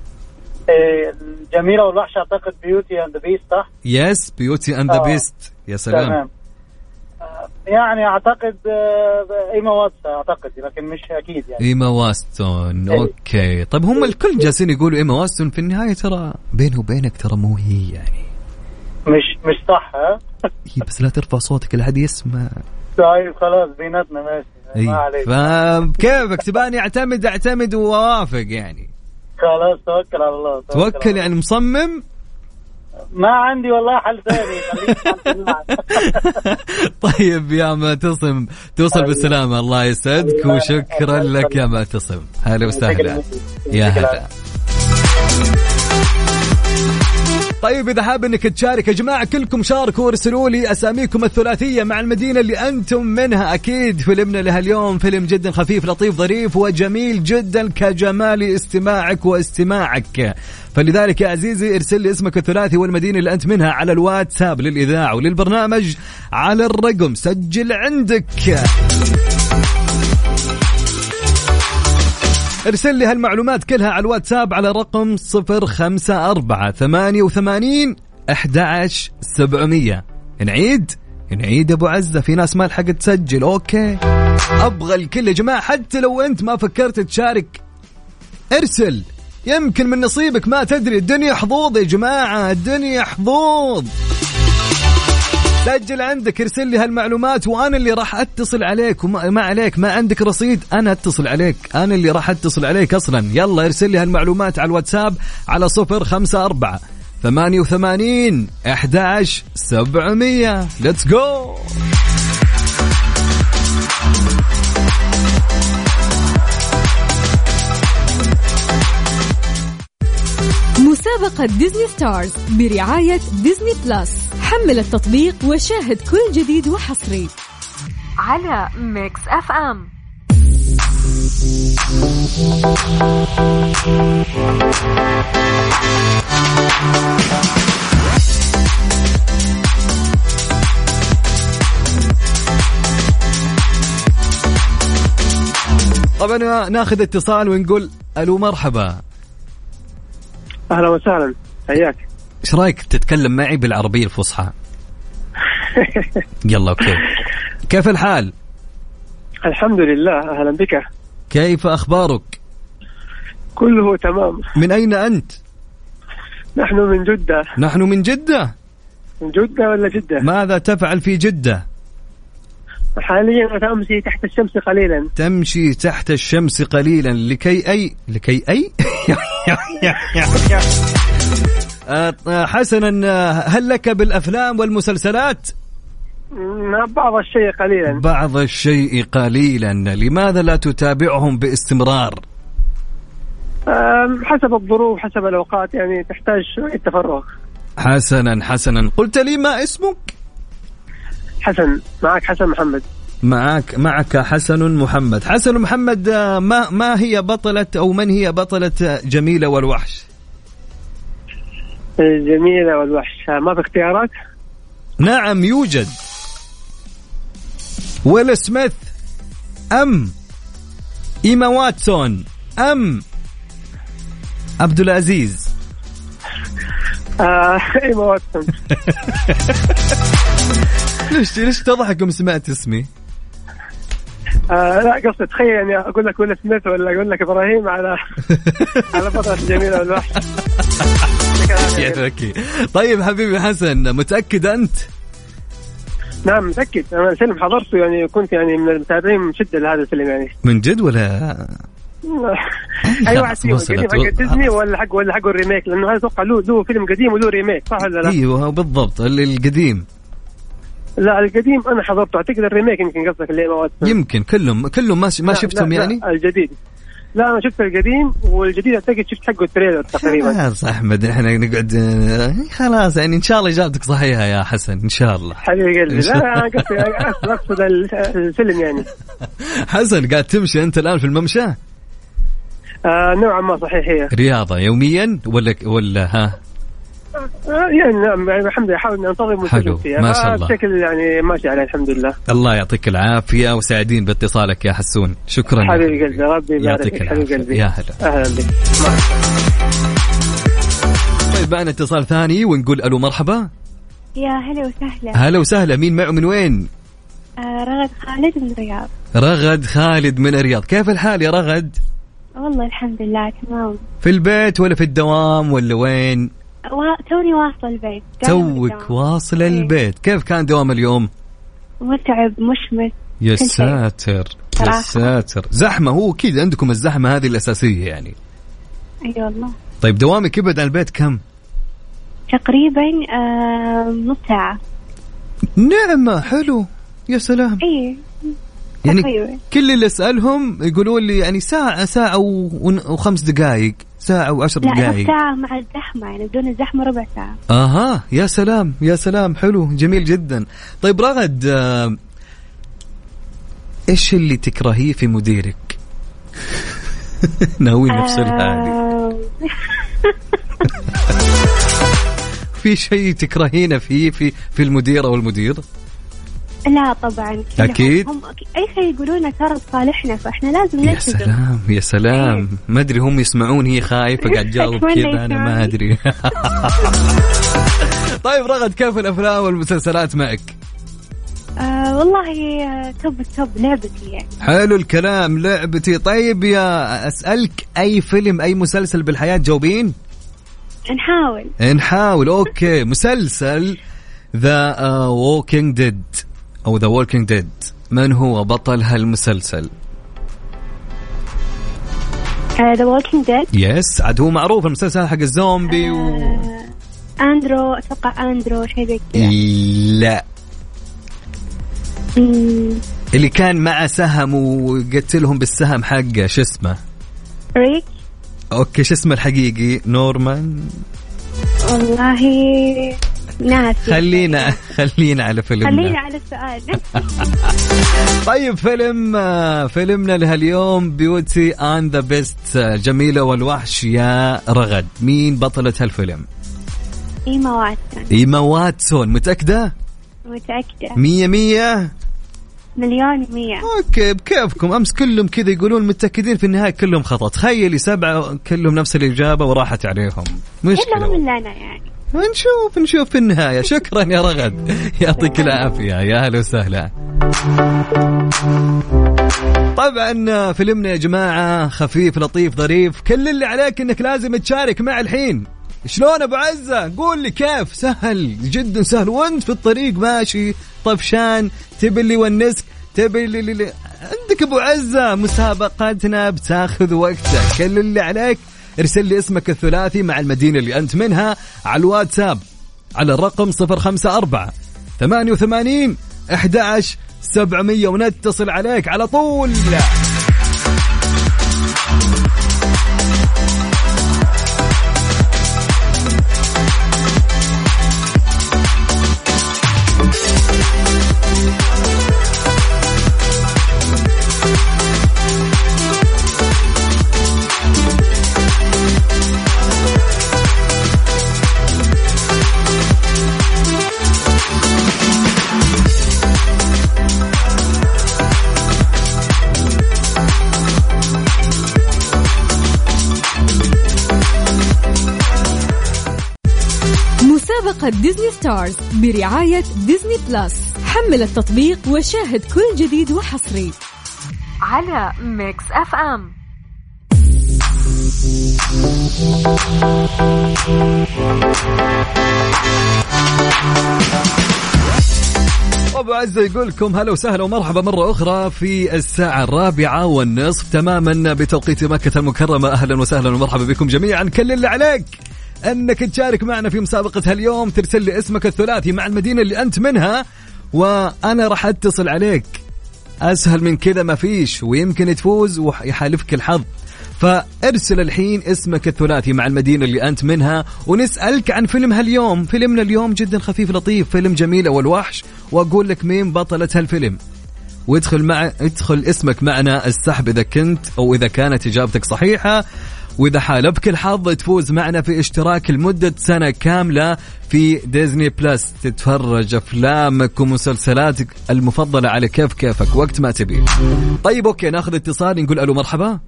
جميلة والوحش اعتقد بيوتي اند ذا بيست صح؟ يس بيوتي اند ذا بيست. يا سلام. تمام. يعني اعتقد ايما واتسون اعتقد لكن مش اكيد يعني. ايما واتسون. اوكي طيب هم الكل جالسين يقولوا ايما واتسون، في النهايه ترى بينه وبينك ترى مو هي يعني. مش مش صح ها. بس لا ترفع صوتك لحد يسمع. طيب خلاص بيناتنا ماشي ما عليك. فكيفك تباني اعتمد اعتمد ووافق يعني. خلاص توكل على الله. توكل, توكل يعني مصمم. ما عندي والله حل ثاني. طيب يا معتصم توصل بالسلامة، الله يسعدك وشكرا لك يا معتصم. هلا وسهلا يا هلا. طيب إذا حاب إنك تشارك يا جماعة كلكم شاركوا وارسلوا لي أساميكم الثلاثية مع المدينة اللي أنتم منها. أكيد فيلمنا لها اليوم فيلم جدا خفيف لطيف ظريف وجميل جدا كجمال استماعك واستماعك، فلذلك يا عزيزي ارسل لي اسمك الثلاثي والمدينة اللي أنت منها على الواتساب للإذاعة وللبرنامج على الرقم سجل عندك. ارسل لي هالمعلومات كلها على الواتساب على رقم صفر خمسة أربعة ثمانية وثمانين أحد عشر سبعمية. نعيد نعيد أبو عزة، في ناس ما لحقت تسجل. أوكي أبغى الكل يا جماعة، حتى لو أنت ما فكرت تشارك ارسل، يمكن من نصيبك ما تدري. الدنيا حظوظ يا جماعة، الدنيا حظوظ. سجل عندك، ارسل لي هالمعلومات وانا اللي راح اتصل عليك، وما ما عليك ما عندك رصيد انا اتصل عليك، انا اللي راح اتصل عليك اصلا. يلا ارسل لي هالمعلومات على الواتساب على صفر خمسة أربعة ثمانية وثمانين أحد عشر سبعمية. ليتس جو. مسابقة ديزني ستارز برعاية ديزني بلس. حمل التطبيق وشاهد كل جديد وحصري على ميكس اف ام. طبعا ناخذ اتصال ونقول الو مرحبا. اهلا وسهلا، حياك. ايش رايك تتكلم معي بالعربيه الفصحى؟ يلا اوكي. كيف الحال؟ الحمد لله. اهلا بك. كيف اخبارك؟ كله تمام. من اين انت؟ نحن من جدة. نحن من جدة. من جدة ولا جدة؟ ماذا تفعل في جدة؟ حاليا تمشي تحت الشمس قليلا. تمشي تحت الشمس قليلا لكي أي لكي أي حسنا، هل لك بالأفلام والمسلسلات؟ بعض الشيء قليلا. بعض الشيء قليلا. لماذا لا تتابعهم باستمرار؟ حسب الظروف حسب الأوقات، يعني تحتاج شوية تفرغ. حسنا حسنا. قلت لي ما اسمك؟ حسن. معك حسن محمد. معك معك حسن محمد. حسن محمد، ما ما هي بطلة أو من هي بطلة جميلة والوحش؟ جميلة والوحش ما في اختيارات؟ نعم يوجد. ويل سميث أم إيما واتسون أم عبد العزيز؟ آه إيما واتسون. ليش ليش تضحك يوم سمعت اسمي؟ آه لا قصدي تخيل يعني أقول لك ويل سميث ولا أقول لك إبراهيم على على بطلة جميلة والوحش. يا ذكي. طيب حبيبي حسن، متأكد أنت؟ نعم متأكد. أنا الفيلم حضرته، يعني كنت يعني من المتابعين من شدة لهذا الفيلم. يعني من جد ولا؟ أيوة عسير. قديم حق ديزني ولا حق ولا حق الريميك؟ لأنه هذا توقع له له فيلم قديم وله ريميك، صح ولا لا؟ أيوه بالضبط القديم. لا القديم أنا حضرته. أعتقد الريميك يمكن قصدك اللي ما يمكن كلهم كلهم ما ما شفتهم يعني. لا الجديد. لا أنا شفت القديم، والجديد أعتقد شفت حقه التريلر تقريبا. خلاص أحمد إحنا نقعد خلاص يعني إن شاء الله إجابتك صحيحة يا حسن إن شاء الله. حبيبي قلبي. لا أنا قصدي أقصد الفيلم يعني. حسن قاعد تمشي أنت الآن في الممشى؟ آه نوعا ما صحيح. هي رياضة يوميا ولا ولا ها؟ يعني نعم يعني الحمد لله حاول ننتظم ونسجل فيها ما شاء الله بشكل يعني ماشي عليه الحمد لله. الله يعطيك العافية وسعيدين باتصالك يا حسون. شكرا حبيبي قلبي. ربي يبارك حبيبي قلبي. يا هلا. أهلا بك. طيب معنا اتصال ثاني ونقول ألو مرحبا. يا هلا وسهلا. هلا وسهلا. مين معه من وين؟ آه رغد خالد من الرياض. رغد خالد من الرياض. كيف الحال يا رغد؟ والله الحمد لله تمام. في البيت ولا في الدوام ولا وين؟ توني واصل البيت. توك واصل البيت. كيف كان دوام اليوم؟ متعب مشمس. يا ساتر يا ساتر. زحمة. هو أكيد عندكم الزحمة هذه الأساسية يعني. أي والله. طيب دوامك يبعد عن البيت كم؟ تقريبا آه نص ساعة. نعمة، حلو، يا سلام. إيه يعني تقريبا. كل اللي أسألهم يقولون لي يعني ساعة ساعة وخمس دقائق، ساعة وعشر لا دقائق. ساعة مع الزحمة، يعني بدون الزحمة ربع ساعة. اها، يا سلام يا سلام، حلو جميل جدا. طيب رغد، آه ايش اللي تكرهيه في مديرك؟ ناوي نفصلها هذه. آه... في شيء تكرهينه فيه في في المدير او المدير؟ لا طبعا اكيد. هم اي شيء يقولونه ترى صالحنا، فاحنا لازم يا نلتزم. سلام يا سلام، ما ادري هم يسمعون هي خايفه قاعد تجاوب كذا، انا ما ادري. طيب رغد، كيف الافلام والمسلسلات معك؟ آه والله توب توب لعبتي يعني. حلو الكلام، لعبتي. طيب يا أسألك أي فيلم أي مسلسل بالحياة جاوبين؟ نحاول نحاول. أوكي، مسلسل The uh, Walking Dead أو The Walking Dead، من هو بطل هالمسلسل؟ uh, The Walking Dead. يس، عاد هو معروف المسلسل حق الزومبي. و... uh, أندرو، أتوقع أندرو شيء زي كذا. لا، اللي كان مع سهم وقتلهم بالسهم حقه، شو اسمه؟ ريك. اوكي، شو اسمه الحقيقي؟ نورمان. والله ناسي. خلينا خلينا على فيلمنا، خلينا على السؤال. طيب فيلم فيلمنا لهاليوم بيوتي اند ذا بيست، جميلة والوحش. يا رغد، مين بطلة هالفيلم؟ إيما واتسون. إيما واتسون، متأكدة؟ متأكدة مية مية مليون مية. اوكي، بكيفكم. امس كلهم كذا يقولون متأكدين، في النهاية كلهم خطأ. تخيلي سبعة كلهم نفس الإجابة وراحت عليهم. مشكلة. إلا هم اللي أنا يعني. نشوف نشوف في النهاية. شكرا يا رغد، يعطيك العافية، يا هلا وسهلا. طبعا فيلمنا يا جماعة خفيف لطيف ظريف، كل اللي عليك انك لازم تشارك مع الحين. شلون ابو عزة؟ قول لي كيف. سهل جدا سهل، وانت في الطريق ماشي طفشان تبي اللي ونسك، تبي اللي, اللي عندك ابو عزة. مسابقتنا بتاخذ وقتك، كل اللي عليك ارسل لي اسمك الثلاثي مع المدينة اللي أنت منها على الواتساب على الرقم صفر خمسة أربعة ثمانية وثمانين أحد عشر سبعمية ونتصل عليك على طول. مسابقة ديزني ستارز برعاية ديزني بلس. حمل التطبيق وشاهد كل جديد وحصري على ميكس اف ام. أبو عزة يقول لكم هلا وسهلا ومرحبا مرة أخرى في الساعة الرابعة والنصف تماما بتوقيت مكة المكرمة. أهلا وسهلا ومرحبا بكم جميعا. كل اللي عليك أنك تشارك معنا في مسابقة هاليوم، ترسل لي اسمك الثلاثي مع المدينة اللي أنت منها وأنا راح أتصل عليك. أسهل من كذا ما فيش، ويمكن تفوز ويحالفك الحظ. فارسل الحين اسمك الثلاثي مع المدينة اللي أنت منها، ونسألك عن فيلم هاليوم. فيلمنا اليوم جدا خفيف لطيف، فيلم جميلة والوحش، وأقول لك مين بطلة هالفيلم، وادخل مع ادخل اسمك معنا السحب إذا كنت أو إذا كانت إجابتك صحيحة. وإذا حالفك الحظ تفوز معنا في اشتراك لمدة سنة كاملة في ديزني بلس، تتفرج أفلامك ومسلسلاتك المفضلة على كيف كيفك وقت ما تبي. طيب أوكي، ناخذ اتصال، نقول ألو مرحبا.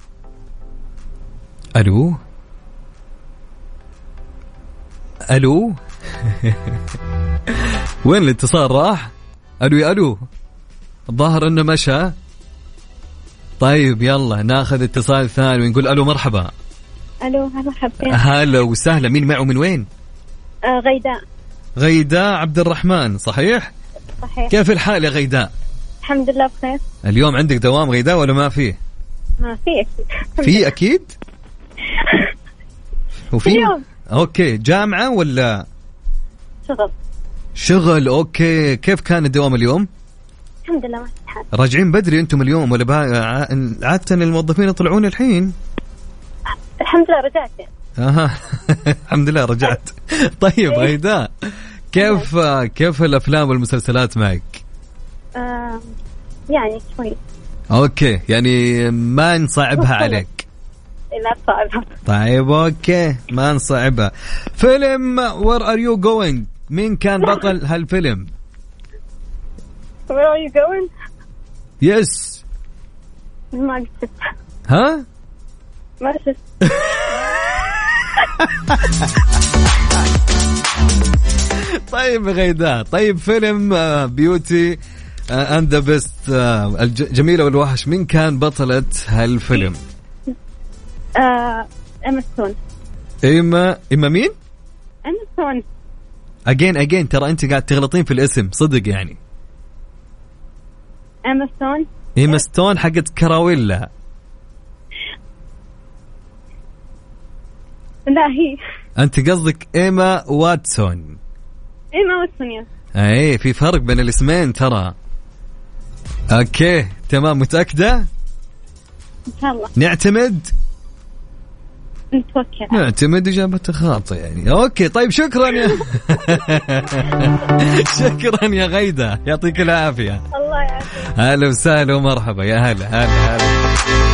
ألو ألو وين الاتصال راح؟ ألو يا ألو، الظاهر أنه مشى. طيب يلا ناخذ اتصال ثاني ونقول ألو مرحبا. ألو مرحبا. هلا وسهلا، مين معه من وين؟ آه غيداء. غيداء عبد الرحمن، صحيح؟ صحيح. كيف الحال يا غيداء؟ الحمد لله بخير. اليوم عندك دوام غيداء ولا ما فيه؟ ما في أكيد. في أكيد؟ وفي اليوم اوكي جامعة ولا شغل؟ شغل. اوكي كيف كان الدوام اليوم؟ الحمد لله ما استحال. راجعين بدري انتم اليوم ولا بها... عادة الموظفين يطلعون الحين؟ الحمد لله رجعت. اها الحمد لله رجعت. طيب غيداء كيف كيف الافلام والمسلسلات معك؟ آه يعني شوي. اوكي يعني ما نصعبها عليك. لا صعبها. طيب اوكي ما نصعبها. فيلم Where are you going مين كان بطل هالفيلم؟ Where are you going؟ يس. ما قلت. ها؟ ما شفت. طيب غيداء طيب فيلم بيوتي اند ذا بيست الجميلة والوحش مين كان بطلة هالفيلم؟ آه إيما ستون. إيما إيما مين؟ إيما ستون. أجين أجين ترى أنت قاعد تغلطين في الاسم صدق يعني. إيما ستون. إيما ستون حقت كراويلا. لا هي. أنت قصدك إيما واتسون. إيما واتسون يا. أي في فرق بين الاسمين ترى. أوكي تمام متأكدة؟ إن شاء الله. نعتمد. نتوكل. نعتمد إجابة خاطئة يعني. أوكي طيب شكرا يا شكرا يا غيدة يعطيك العافية. الله يعافيك. هلا وسهلا ومرحبا يا هلا هلا هلا.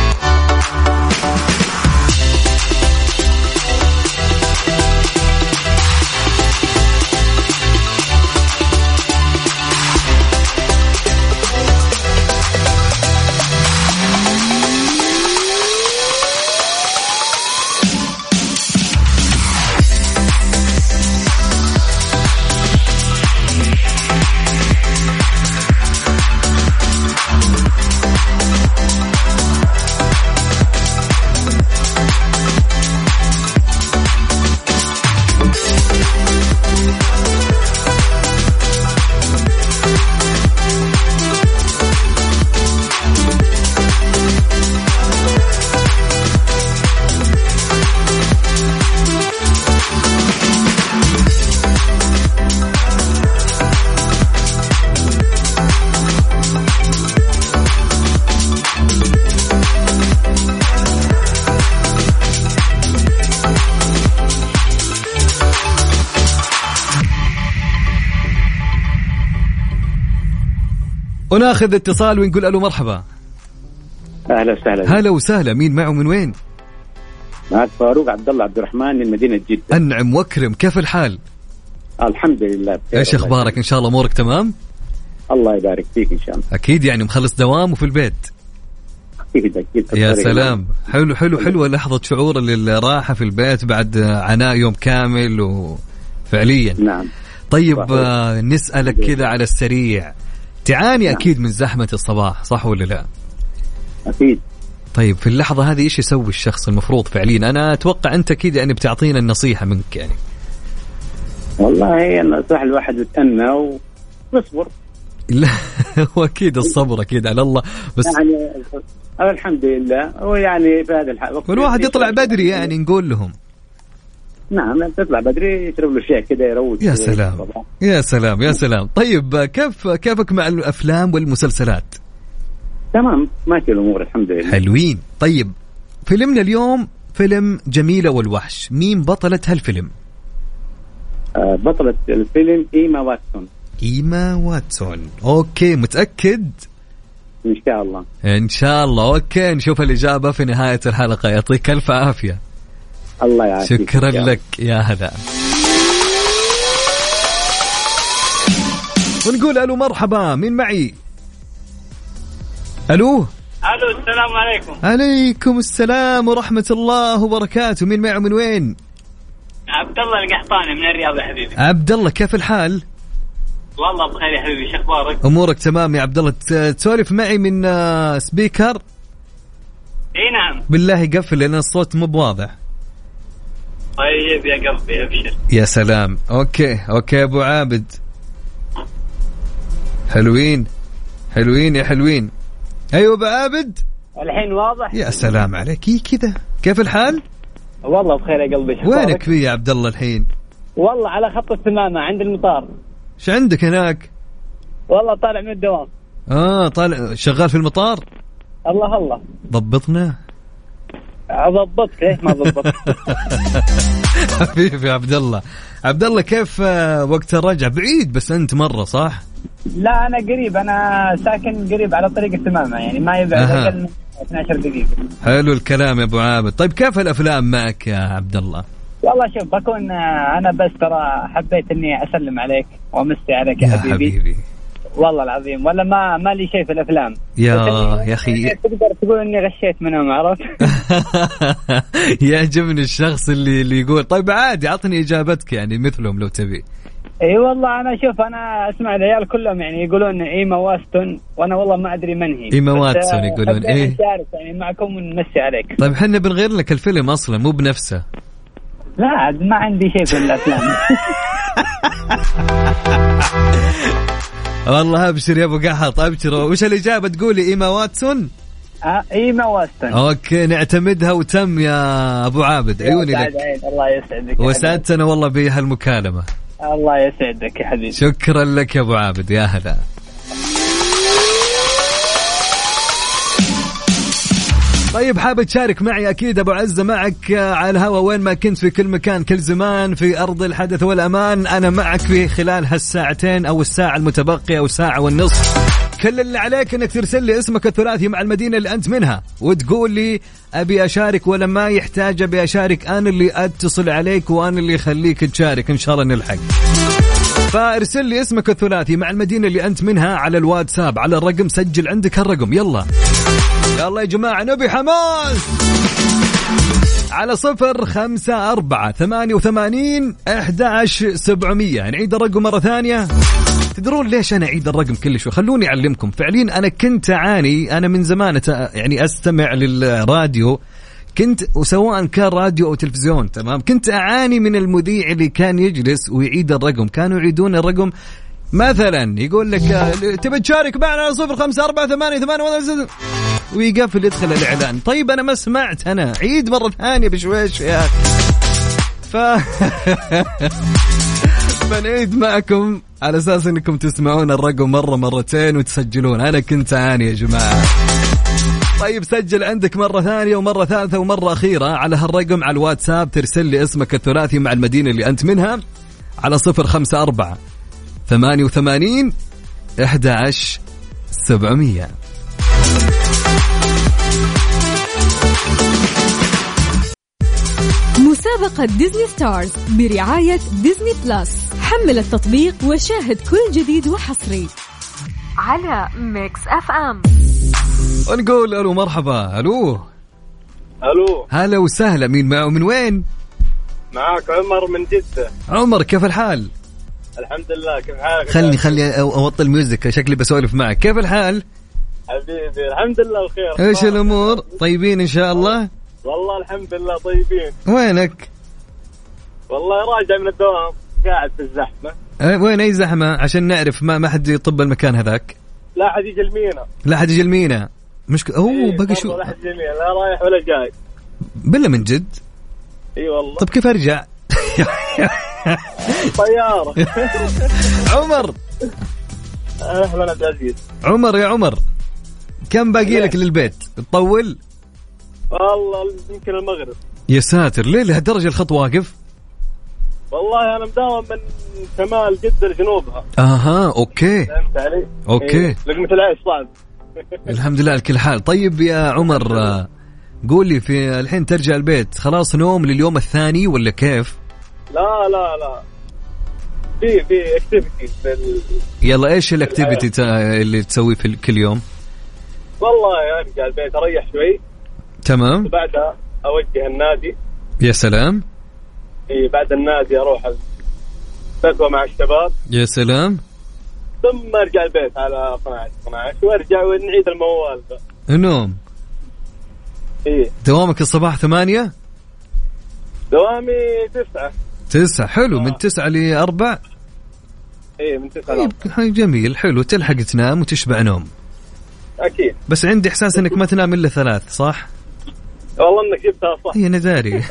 وناخذ اتصال ونقول الو مرحبا. اهلا وسهلا. هلا وسهلا مين معه من وين؟ معك فاروق عبد الله عبد الرحمن من مدينه جده. انعم واكرم كيف الحال؟ الحمد لله. ايش اخبارك؟ ان شاء الله امورك تمام؟ الله يبارك فيك ان شاء الله. اكيد يعني مخلص دوام وفي البيت. اكيد اكيد. يا سلام حلو حلو حلو لحظه شعور الراحه في البيت بعد عناء يوم كامل وفعليا. نعم. طيب آه نسالك كذا على السريع تعاني نعم. أكيد من زحمة الصباح صح ولا لا؟ أكيد. طيب في اللحظة هذه إيش يسوي الشخص المفروض فعليا؟ أنا أتوقع أنت أكيد يعني بتعطينا النصيحة منك يعني. والله النصيحة الواحد يتأنى ويصبر. لا هو أكيد الصبر أكيد على الله بس يعني الحمد لله هو يعني في هذا الحال والواحد يطلع بدري يعني نقول لهم. نعم تطلع بدري يشرب له شيء كذا يروق. يا سلام يا سلام يا سلام. طيب كيف كيفك مع الأفلام والمسلسلات؟ تمام ماشي الأمور الحمد لله. حلوين. طيب فيلمنا اليوم فيلم جميلة والوحش مين بطلة هالفيلم؟ آه بطلة الفيلم إيما واتسون. إيما واتسون. أوكي متأكد؟ إن شاء الله إن شاء الله. أوكي نشوف الإجابة في نهاية الحلقة. يعطيك ألف عافية. الله يعافيك. شكرا لك يا هلا. ونقول ألو مرحبا مين معي؟ ألو. ألو السلام عليكم. عليكم السلام ورحمة الله وبركاته. مين معه من وين؟ عبد الله القحطاني من الرياض يا حبيبي. عبد الله كيف الحال؟ والله بخير يا حبيبي. شو أخبارك؟ أمورك تمام يا عبد الله. تسولف معي من سبيكر؟ إيه نعم. بالله قفل لأن الصوت مو بواضح. طيب يا قلبي أبشر. يا سلام. أوكي أوكي أبو عابد. حلوين حلوين يا حلوين. أيوة أبو عابد الحين واضح. يا سلام عليك كذا. كيف الحال؟ والله بخير يا قلبي. وينك في يا عبد الله الحين؟ والله على خط الثمامة عند المطار. ايش عندك هناك؟ والله طالع من الدوام. اه طالع شغال في المطار؟ الله الله. ضبطنا. اضبطك ليه ما ضبطك؟ حبيبي عبد الله. عبد الله كيف وقت الرجعة؟ بعيد بس انت مرة صح؟ لا انا قريب، انا ساكن قريب على طريق الثمامة يعني ما يبعد اقل من اثنتي عشرة دقيقة. حلو الكلام يا ابو عابد. طيب كيف الافلام معك يا عبد الله؟ والله شوف بكون انا بس ترى حبيت اني اسلم عليك وامسي عليك يا, يا حبيبي. حبيبي والله العظيم ولا ما ما لي شيء في الافلام يا يا اخي. تقدر تقول اني غشيت منهم عرفت. يعجبني الشخص اللي اللي يقول طيب عادي اعطني اجابتك يعني مثلهم لو تبي. اي والله انا شوف انا اسمع العيال كلهم يعني يقولون ايما واستون وانا والله ما ادري من هي. ايما واتسون يقولون ايه يعني معكم ونمسي عليك. طيب احنا بنغير لك الفيلم اصلا مو بنفسه. لا ما عندي شيء في الافلام. والله ابشر يا ابو قحط ابشر. وش الاجابه تقولي؟ ايما واتسون؟ اه ايما واتسون. اوكي نعتمدها وتم يا ابو عابد. عيوني لك. الله يسعدك. وسعدتنا والله بهالمكالمه. الله يسعدك يا حبيبي. شكرا لك يا ابو عابد. يا هلا. طيب حابب تشارك معي أكيد أبو عزة معك على الهواء وين ما كنت في كل مكان كل زمان في أرض الحدث والأمان. أنا معك في خلال هالساعتين أو الساعة المتبقية أو الساعة والنصف. كل اللي عليك أنك ترسل لي اسمك الثلاثي مع المدينة اللي أنت منها وتقول لي أبي أشارك ولا ما يحتاج أبي أشارك. أنا اللي أتصل عليك وأنا اللي يخليك تشارك إن شاء الله نلحق. فارسل لي اسمك الثلاثي مع المدينة اللي أنت منها على الواتساب على الرقم. سجل عندك الرقم يلا يلا يا جماعة نبي حماس على صفر خمسة أربعة ثمانية وثمانين أحد عشر سبعمية. نعيد الرقم مرة ثانية. تدرون ليش أنا أعيد الرقم كل شوي؟ خلوني أعلمكم. فعليا أنا كنت أعاني أنا من زمان يعني أستمع للراديو كنت وسواء كان راديو أو تلفزيون تمام. كنت أعاني من المذيع اللي كان يجلس ويعيد الرقم. كانوا يعيدون الرقم مثلا يقول لك تبي تشارك معنا على صفر خمسة أربعة ثمانية ثمانية ويقفل يدخل الإعلان. طيب أنا ما سمعت أنا عيد مرة ثانية بشويش يا أخي. ف بنعيد معكم على أساس أنكم تسمعون الرقم مرة مرتين وتسجلون. أنا كنت أعاني يا جماعة. طيب سجل عندك مرة ثانية ومرة ثالثة ومرة أخيرة على هالرقم على الواتساب. ترسل لي اسمك الثلاثي مع المدينة اللي أنت منها على صفر خمسة أربعة ثمانية وثمانين أحد عشر سبعمية. مسابقة ديزني ستارز برعاية ديزني بلس. حمل التطبيق وشاهد كل جديد وحصري على ميكس اف ام. ونقول ألو مرحبا. ألو ألو هلا وسهلا. مين معه من وين؟ معاك عمر من جدة. عمر كيف الحال؟ الحمد لله. كيف حالك؟ خلني خلني أوطي الميوزك شكلي بسولف معك. كيف الحال؟ حبيبي الحمد لله بخير. إيش الأمور؟ طيبين إن شاء الله؟ والله الحمد لله طيبين. وينك؟ والله راجع من الدوام قاعد في الزحمة. أه وين أي زحمة عشان نعرف ما ما حد يطب المكان هذاك. لا حد يجي المينا. لا حد يجي المينا. مشكلة هو إيه بقى شو؟ لا حد يجي المينا لا رايح ولا جاي. بالله من جد؟ اي والله. طب كيف ارجع؟ طيارة. عمر اهلا عبد العزيز. عمر يا عمر كم باقي لك للبيت؟ تطول؟ والله يمكن المغرب. يا ساتر ليه لهالدرجة الخط واقف؟ والله انا مداوم من شمال جدة لجنوبها. اها اوكي فهمت علي؟ اوكي. إيه. لقمة العيش صعب. الحمد لله لكل حال. طيب يا عمر قول لي في الحين ترجع البيت خلاص نوم لليوم الثاني ولا كيف؟ لا لا لا في في اكتيفيتي في ال... يلا ايش الاكتيفيتي اللي تسويه في كل يوم؟ والله ارجع البيت اريح شوي تمام وبعدها اوجه النادي. يا سلام. اي بعد النادي اروح الفتوى مع الشباب. يا سلام. ثم ارجع البيت على اثناشر اثناشر وارجع ونعيد الموال ده. النوم. ايه دوامك الصباح ثمانية؟ دوامي تسعة. تسعة حلو. آه. من تسعة لأربع. ايه من تسعة لأربع. جميل حلو تلحق تنام وتشبع نوم. اكيد. بس عندي احساس انك ما تنام الا ثلاث صح؟ والله انك جبتها صح. هي نداري.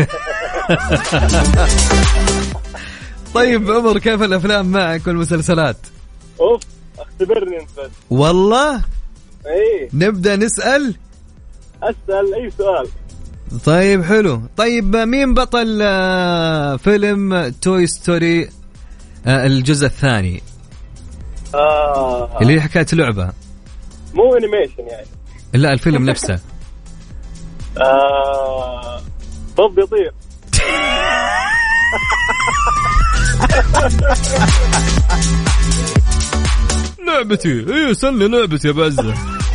طيب عمر كيف الافلام معك والمسلسلات؟ اوف اختبرني انت بس. والله ايه نبدا نسال. اسال اي سؤال. طيب حلو. طيب مين بطل فيلم توي ستوري الجزء الثاني؟ آه. اللي هي حكايه لعبه مو انيميشن يعني. لا الفيلم نفسه. آه. طب يطير. لعبتي ايه سلني لعبتي يا بعزة.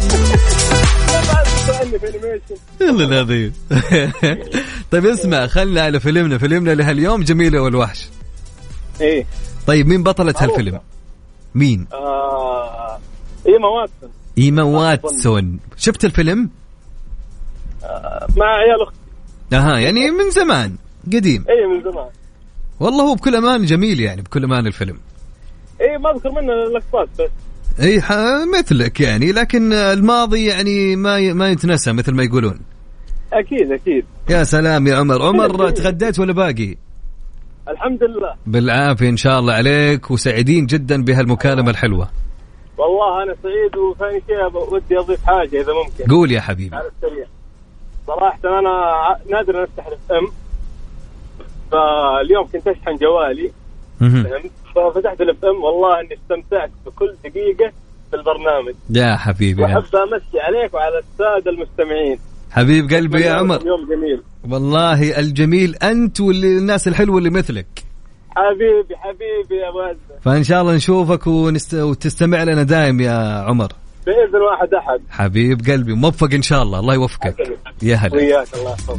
يلا هذه. طيب اسمع خلنا على فيلمنا فيلمنا لهاليوم جميلة والوحش. ايه طيب مين بطلة هالفيلم؟ مين؟ آه. إيما واتسون. إيما واتسون. شفت الفيلم؟ آه. مع عيال أختي. اها يعني من زمان قديم. ايه من زمان والله هو بكل امان جميل يعني بكل امان الفيلم. ايه ما اذكر منه لقطات بس. اي مثلك يعني لكن الماضي يعني ما ما يتنسى مثل ما يقولون. اكيد اكيد. يا سلام يا عمر. عمر تغديت ولا باقي؟ الحمد لله بالعافية إن شاء الله عليك وسعيدين جدا بهالمكالمة الحلوة. والله أنا سعيد وثاني شيء ودي أضيف حاجة إذا ممكن. قول يا حبيبي. على السريع صراحة أنا نادر أفتح الاف ام فاليوم كنت أشحن جوالي ففتحت الاف ام والله إني استمتعت بكل دقيقة في البرنامج يا حبيبي. وأحب أمسي عليك وعلى السادة المستمعين. حبيب قلبي يا عمر. يوم جميل والله الجميل أنت والناس الحلوة اللي مثلك. حبيبي حبيبي يا وزة. فإن شاء الله نشوفك ونست... وتستمع لنا دائم يا عمر. بإذن واحد أحد. حبيب قلبي موفق إن شاء الله. الله يوفقك. يا هلا. وياك الله يحفظك.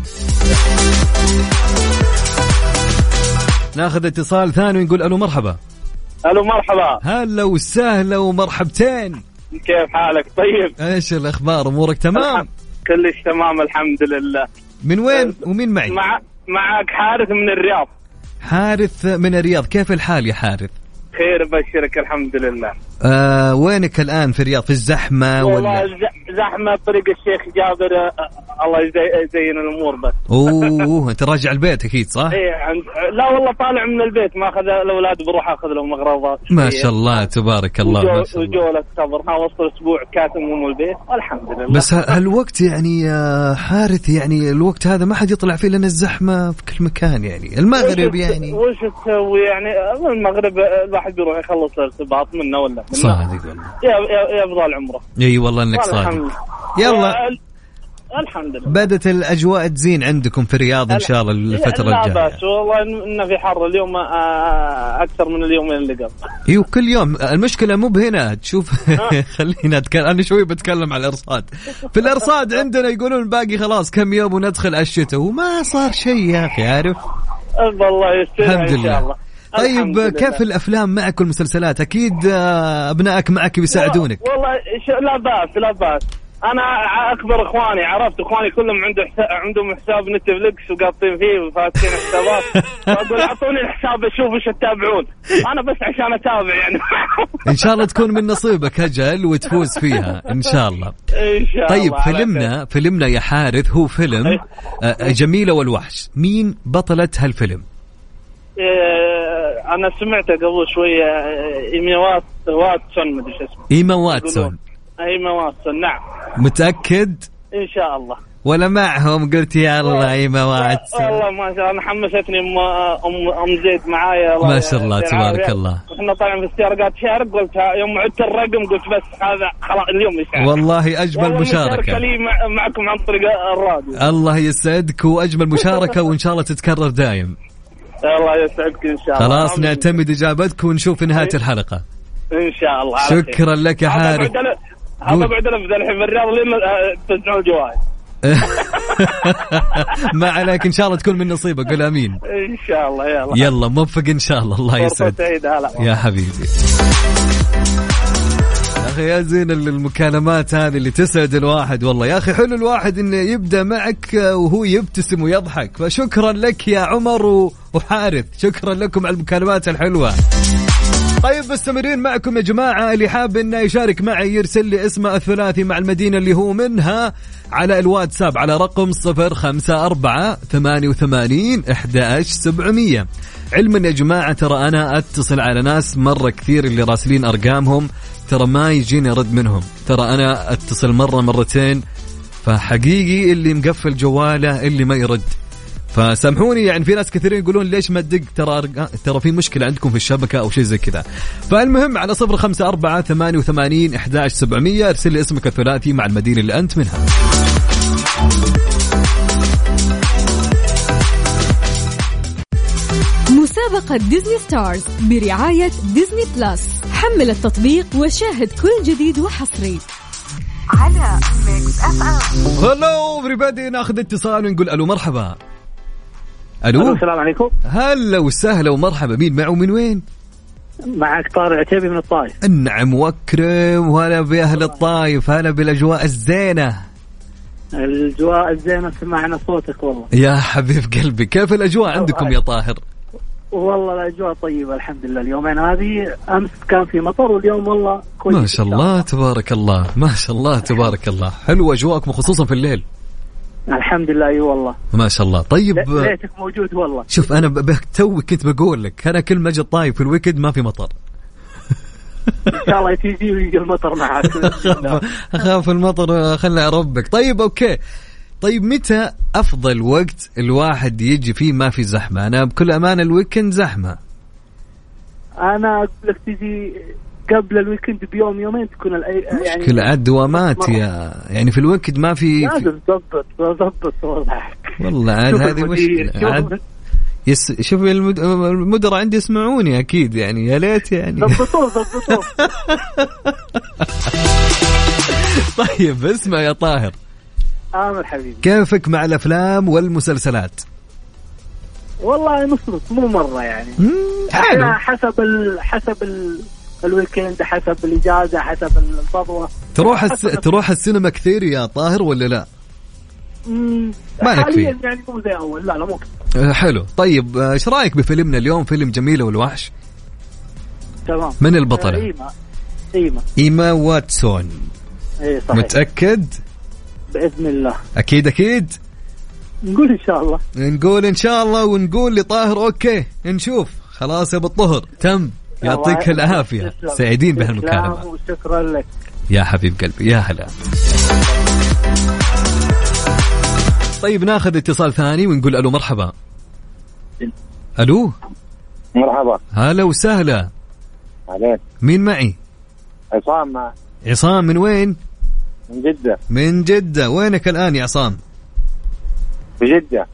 ناخذ اتصال ثاني ونقول ألو مرحبا. ألو مرحبا. هلا وسهلا ومرحبتين. كيف حالك؟ طيب ايش الاخبار؟ امورك تمام؟ كلش تمام الحمد لله. من وين ومين معي؟ مع معك حارث من الرياض. حارث من الرياض. كيف الحال يا حارث؟ خير بشرك الحمد لله. آه وينك الان في الرياض؟ في الزحمه ولا؟ زحمه طريق الشيخ جابر. آه الله يزين الامور بس. اوه انت راجع البيت اكيد صح؟ ايه عند... لا والله طالع من البيت ما اخذ الاولاد بروح اخذ لهم اغراضات. ما شاء الله تبارك الله. وجو... ما شاء الله. وجوله صبر ها وصل اسبوع كاتم البيت والحمد لله. بس هالوقت يعني يا حارث يعني الوقت هذا ما حد يطلع فيه لان الزحمه في كل مكان يعني المغرب يعني. وش تسوي يعني المغرب الواحد بيروح يخلص الارتباط منه ولا صادق والله. يا يا يفضل عمره. اي والله انك صادق. يلا الحمد لله بدت الاجواء تزين عندكم في الرياض ان شاء الله الفتره الجايه. لا بس والله انه في حر اليوم اكثر من اليومين اللي قبل. ايوه كل يوم. المشكله مو بهنا تشوف. خلينا اتكلم انا شوي بتكلم على الارصاد. في الارصاد عندنا يقولون باقي خلاص كم يوم وندخل على الشتاء وما صار شيء يا اخي عارف. والله يستاهل الحمد لله. طيب كيف الافلام معك والمسلسلات؟ اكيد ابنائك معك بيساعدونك. والله لا باس لا باس. انا اكبر اخواني عرفت اخواني كلهم عنده حساب عندهم حساب نتفليكس وقاطين فيه وفاتحين حسابات. اقول اعطوني الحساب اشوف ايش تتابعون. انا بس عشان اتابع يعني. ان شاء الله تكون من نصيبك اجل وتفوز فيها ان شاء الله. ان شاء طيب الله. فيلمنا فيلمنا يا حارث هو فيلم جميلة والوحش. مين بطلة هالفيلم؟ انا سمعته قبل شويه. إيما واتسون مدري ايش اسمه. إيما واتسون. إيما واتسون نعم. متأكد؟ إن شاء الله. ولا معهم قلت يا الله إيما واتسون؟ والله ما شاء الله حمستني أم أم أم زيد معايا. ما شاء الله تبارك الله. إحنا طالعين في السيارة قالت شارك قلت يوم عدت الرقم قلت بس هذا خلاص اليوم يشارك. والله أجمل مشاركة. لي معكم عن طريق الراديو. الله يسعدك وأجمل مشاركة وإن شاء الله تتكرر دايم. الله يسعدك إن شاء الله. خلاص نعتمد إجابتك ونشوف في نهاية الحلقة. إن شاء الله. شكرا لك يا حارث. هذا بعد نبدأ الحين في الرياض لين تسمعوا الجوائز. ما عليك إن شاء الله تكون من نصيبك. قل آمين. إن شاء الله. يلا يلا موفق إن شاء الله. الله يسعد يا حبيبي. يا أخي يا زين المكالمات هذه اللي تسعد الواحد والله. يا أخي حلو الواحد إنه يبدأ معك وهو يبتسم ويضحك. فشكرا لك يا عمر وحارث. شكرا لكم على المكالمات الحلوة. طيب مستمرين معكم يا جماعة. اللي حاب إنه يشارك معي يرسل لي اسمه الثلاثي مع المدينة اللي هو منها على الواتساب على رقم صفر خمسة أربعة ثمانية وثمانين أحد عشر سبعمية. علما يا جماعة ترى أنا أتصل على ناس مرة كثير اللي راسلين أرقامهم ترى ما يجيني رد منهم. ترى أنا أتصل مرة مرتين فحقيقي اللي مقفل جواله اللي ما يرد. فسامحوني يعني في ناس كثيرين يقولون ليش ما تدق ترى ترى في مشكلة عندكم في الشبكة أو شيء زي كذا. فالمهم على صفر خمسة أربعة ثمانية وثمانين أحد عشر سبعمية ارسل لي اسمك الثلاثي مع المدينة اللي أنت منها. مسابقة ديزني ستارز برعاية ديزني بلس. حمل التطبيق وشاهد كل جديد وحصري على ميكس اف ام. هلو everybody. ناخذ اتصال ونقول الو مرحبا. الو السلام عليكم. هلا وسهلا ومرحبا. مين معه من وين؟ معك طارق عتيبي من الطائف. النعم واكرم. وهلا باهل الطائف. هلا بالاجواء الزينه. الأجواء الزينة سمعنا صوتك والله يا حبيب قلبي. كيف الأجواء عندكم يا طاهر؟ والله الأجواء طيبة الحمد لله. اليومين هذه أمس كان في مطر واليوم والله كويس. ما شاء الله تبارك الله. ما شاء الله تبارك الله. حلو أجواءكم خصوصا في الليل. الحمد لله. أي والله ما شاء الله. طيب ليتك موجود والله. شوف أنا توي كنت بقول لك أنا كل ما أجي الطايف في الويكند ما في مطر. إن شاء الله تيجي ويجي المطر معك. أخاف المطر خلى ربك. طيب أوكي. طيب متى أفضل وقت الواحد يجي فيه ما في زحمة؟ أنا بكل أمانة الويكند زحمة. أنا أقول لك تيجي قبل الويكند بيوم يومين تكون يعني مشكلة عاد دوامات يا يعني في الويكند ما في. لازم تضبط تضبط وضعك والله عاد هذه مشكلة. عاد يس شوف المد... المدراء عندي يسمعوني أكيد يعني يا ليت يعني. ضبطوه ضبطوه. طيب اسمع يا طاهر. آمر حبيبي. كيفك مع الأفلام والمسلسلات؟ والله نصرت مو مرة يعني. حلو. حسب ال... حسب ال... الويكند حسب الإجازة حسب الفضوة. تروح الس... تروح السينما كثير يا طاهر ولا لا؟ امم حاليا يعني مو زي أول. لا لا مو كثير. حلو. طيب ايش رايك بفيلمنا اليوم؟ فيلم جميلة والوحش. تمام. من البطلة؟ إيما إيما إيما واتسون. إيه صحيح. متأكد؟ بإذن الله. أكيد أكيد. نقول إن شاء الله. نقول إن شاء الله ونقول لطاهر أوكي نشوف. خلاص يا بالطهر تم. يعطيك العافية. سعيدين بهالمكالمة. وشكرا لك يا حبيب قلبي. يا هلا. طيب ناخذ اتصال ثاني ونقول ألو مرحبا. ألو مرحبا. هلا وسهلا. عليك. مين معي؟ عصام. مع عصام. من وين؟ من جدة. من جدة. وينك الآن يا عصام؟ في جدة.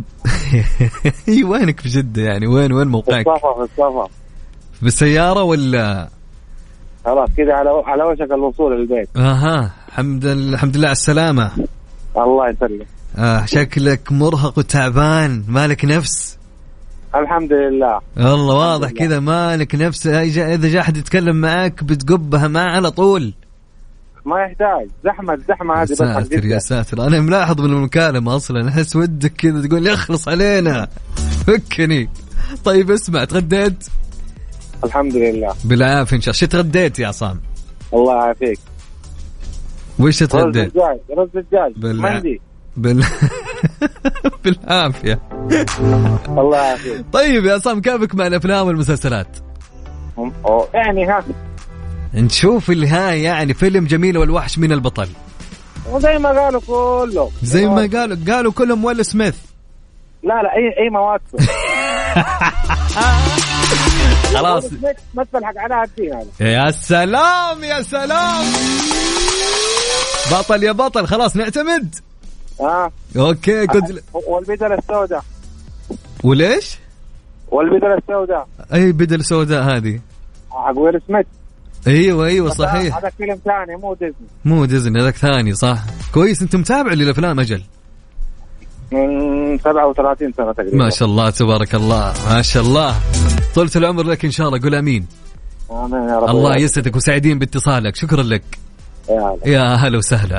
وينك في جدة يعني؟ وين وين موقعك؟ في الصفا. في الصفا. بالسيارة ولا؟ خلاص كذا على على وشك الوصول للبيت. اها الحمد لله. الحمد لله على السلامة. الله يسلمك. آه شكلك مرهق وتعبان مالك نفس. الحمد لله. والله واضح كذا مالك نفس. إذا جاء أحد يتكلم معك بتقبها معه على طول. ما يحتاج زحمة. زحمة هذه بس. يا ساتر يا ساتر. أنا ملاحظ من المكالمة أصلا أحس ودك كذا تقول لي اخلص علينا فكني. طيب اسمع تغديت؟ الحمد لله بالعافية إن شاء الله. شو تغديت يا عصام؟ الله يعافيك. وش تغديت؟ رز الدجاج. رز الدجاج بالع... مندي. بال... بالعافية. الله يعافيك. طيب يا عصام كيفك مع الأفلام والمسلسلات؟ يعني ها نشوف اللي هاي يعني فيلم جميل والوحش من البطل. وزي ما قالوا كله. زي ما قالوا قالوا كلهم ويل سميث. لا لا أي أي مواد. خلاص ما تلحق على الدين هذا. يا سلام يا سلام. بطل يا بطل. خلاص نعتمد. اه اوكي كنت. والبدل السوداء. وليش؟ والبدل السوداء. اي بدل سوداء هذه حق ويل سميث. ايوه ايوه صحيح. هذا فيلم ثاني مو ديزني. مو ديزني هذاك ثاني صح. كويس انت متابع للافلام اجل. من سبعة وثلاثين سنة تقريبا. ما شاء الله تبارك الله. ما شاء الله. طولة العمر لك إن شاء الله. قول أمين. آمين يا رب. الله يسعدك وسعيدين باتصالك. شكرا لك. يا, يا هلا وسهلا.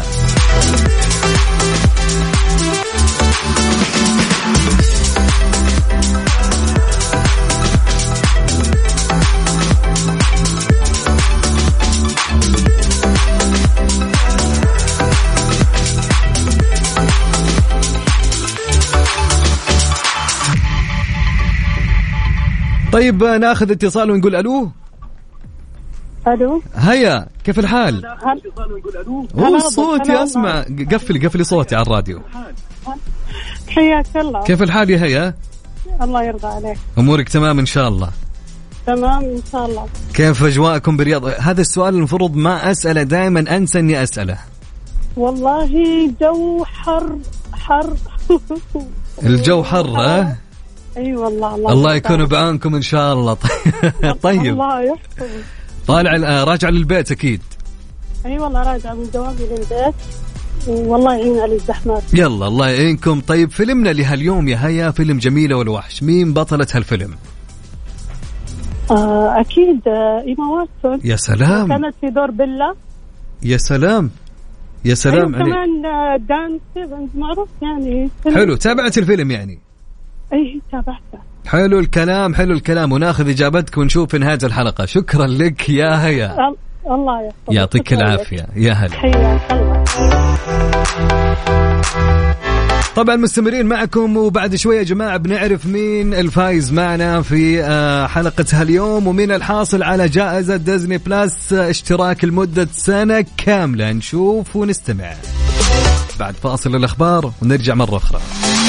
طيب ناخذ اتصال ونقول الو. الو هيا كيف الحال؟ هو صوتي اسمع. قفلي قفلي صوتي على الراديو. حياك الله. كيف الحال يا هيا؟ الله يرضى عليك. امورك تمام ان شاء الله؟ تمام ان شاء الله. كيف اجواءكم بالرياض؟ هذا السؤال المفروض ما اساله، دائما انسى اني اساله. والله جو حر حر. الجو حر ها؟ اي والله. الله, الله يكون بعانكم ان شاء الله. طيب الله يحفظك. طالع راجع للبيت اكيد؟ اي والله راجع من دوامي للبيت، والله يعين على الزحمات. يلا الله يعينكم. طيب فيلمنا لهاليوم يا هيا فيلم جميلة والوحش، مين بطلة هالفيلم؟ آه اكيد إيما واتسون. يا سلام. كانت في دور بيلا. يا سلام يا سلام. أيوة كمان دان ستيفنز معروف يعني. حلو، تابعت الفيلم يعني؟ اي تابعته. حلو الكلام حلو الكلام. وناخذ اجابتك ونشوف في نهاية الحلقة. شكرا لك يا هيا. الله يحفظك. يعطيك العافية يا هلا. حياك الله. طبعا مستمرين معكم، وبعد شوية يا جماعة بنعرف مين الفايز معنا في حلقة هاليوم ومين الحاصل على جائزة ديزني بلاس اشتراك لمدة سنة كاملة. نشوف ونستمع بعد فاصل الأخبار ونرجع مرة أخرى.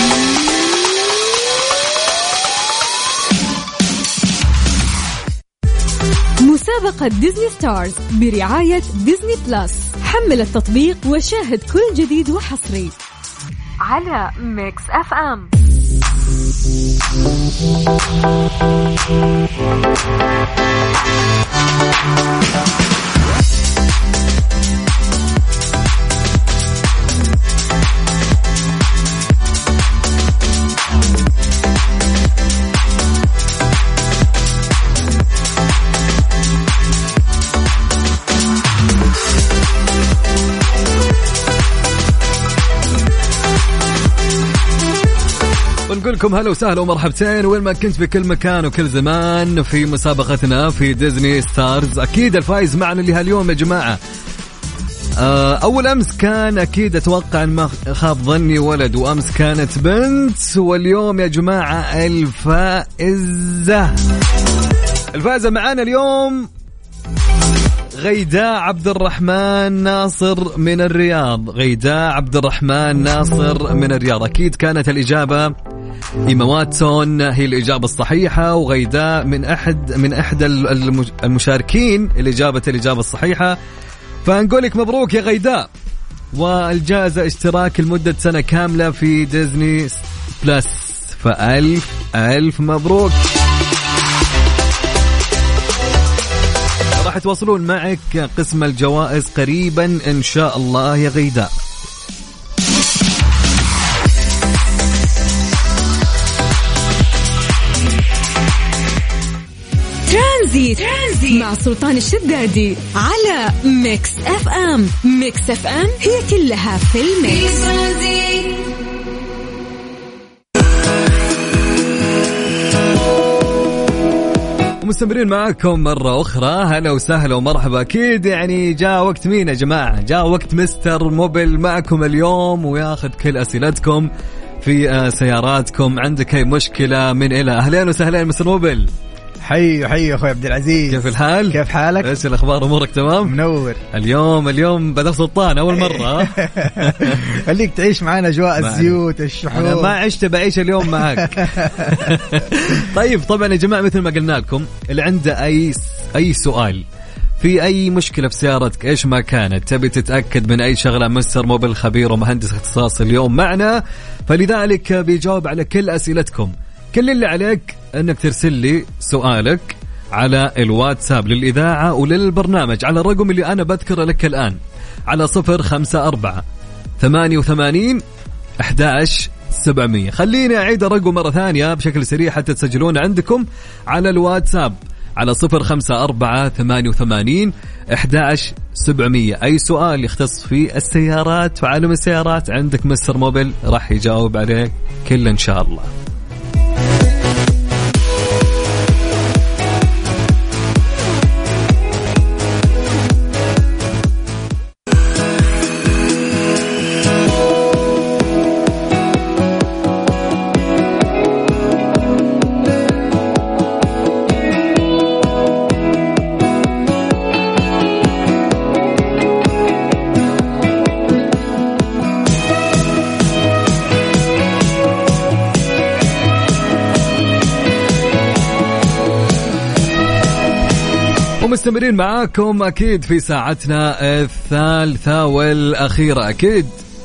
مسابقة ديزني ستارز برعاية ديزني بلاس. حمل التطبيق وشاهد كل جديد وحصري على ميكس اف ام. ونقول لكم هلا وسهلا ومرحبتين وين ما كنت بكل مكان وكل زمان في مسابقتنا في ديزني ستارز. أكيد الفايز معنا اللي هاليوم يا جماعة. أول أمس كان أكيد أتوقع أن ما خاب ظني ولد، وأمس كانت بنت، واليوم يا جماعة الفائزة الفائزة معنا اليوم غيداء عبد الرحمن ناصر من الرياض. غيداء عبد الرحمن ناصر من الرياض. أكيد كانت الإجابة إيما واتسون هي الإجابة الصحيحة، وغيداء من أحد من أحد المشاركين اللي جابت الإجابة الصحيحة. فنقول لك مبروك يا غيداء، والجائزة اشتراك لمدة سنة كاملة في ديزني بلس. فألف ألف مبروك. راح يتواصلون معك قسم الجوائز قريبا إن شاء الله يا غيداء. ترانزيت مع سلطان الشدادي على ميكس اف ام. ميكس اف ام هي كلها في الميكس. مستمرين معكم مرة أخرى. هلا وسهلا ومرحبا. أكيد يعني جاء وقت مين يا جماعة؟ جاء وقت مستر موبل معكم اليوم وياخذ كل أسئلتكم في سياراتكم. عندك أي مشكلة من إلى؟ أهلين وسهلين مستر موبل. حي حي أخوي عبد العزيز، كيف الحال؟ كيف حالك؟ إيش الأخبار؟ أمورك تمام؟ منور. اليوم اليوم بدر سلطان أول مرة. خليك تعيش معنا أجواء الزيوت الشحوم. أنا ما عشت بعيش اليوم معك. طيب طبعا يا جماعة مثل ما قلنا لكم، اللي عنده أي أي سؤال في أي مشكلة في سيارتك إيش ما كانت، تبي تتأكد من أي شغلة، مستر موبل خبير ومهندس اختصاص اليوم معنا، فلذلك بيجاوب على كل أسئلتكم. كل اللي عليك أنك ترسل لي سؤالك على الواتساب للإذاعة وللبرنامج على الرقم اللي أنا بذكره لك الآن، على صفر خمسة أربعة ثمانية وثمانين أحد عشر سبعمية. خليني أعيد الرقم مرة ثانية بشكل سريع حتى تسجلون عندكم على الواتساب على صفر خمسة أربعة ثمانية وثمانين أحد عشر سبعمية. أي سؤال يختص في السيارات وعالم السيارات عندك مستر موبل راح يجاوب عليه كله إن شاء الله. مستمرين معاكم أكيد في ساعتنا الثالثة والأخيرة أكيد.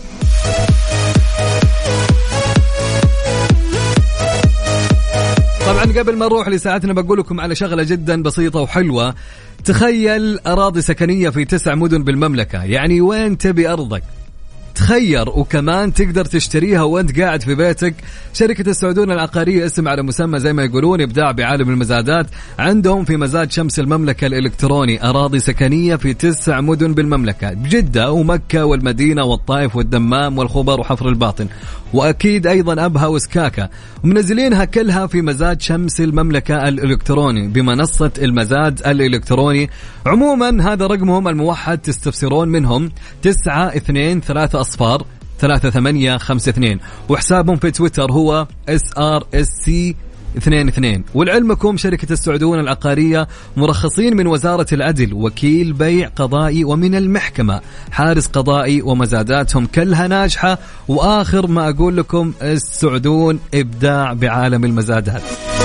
طبعا قبل ما نروح لساعتنا بقول لكم على شغلة جدا بسيطة وحلوة. تخيل أراضي سكنية في تسع مدن بالمملكة، يعني وين تبي أرضك تخير، وكمان تقدر تشتريها وانت قاعد في بيتك. شركة السعودون العقارية اسم على مسمى زي ما يقولون، إبداع بعالم المزادات. عندهم في مزاد شمس المملكة الإلكتروني أراضي سكنية في تسع مدن بالمملكة، بجدة ومكة والمدينة والطائف والدمام والخبر وحفر الباطن، وأكيد أيضا أبها وسكاكة. ومنزلينها كلها في مزاد شمس المملكة الإلكتروني بمنصة المزاد الإلكتروني. عموما هذا رقمهم الموحد تستفسرون منهم تسعة اثنين ثلاثة أصفار ثلاثة ثمانية خمسة اثنين، وحسابهم في تويتر هو إس آر إس سي اثنين اثنين. ولعلمكم شركة السعودون العقارية مرخصين من وزارة العدل، وكيل بيع قضائي ومن المحكمة، حارس قضائي، ومزاداتهم كلها ناجحة. وآخر ما أقول لكم السعودون إبداع بعالم المزادات.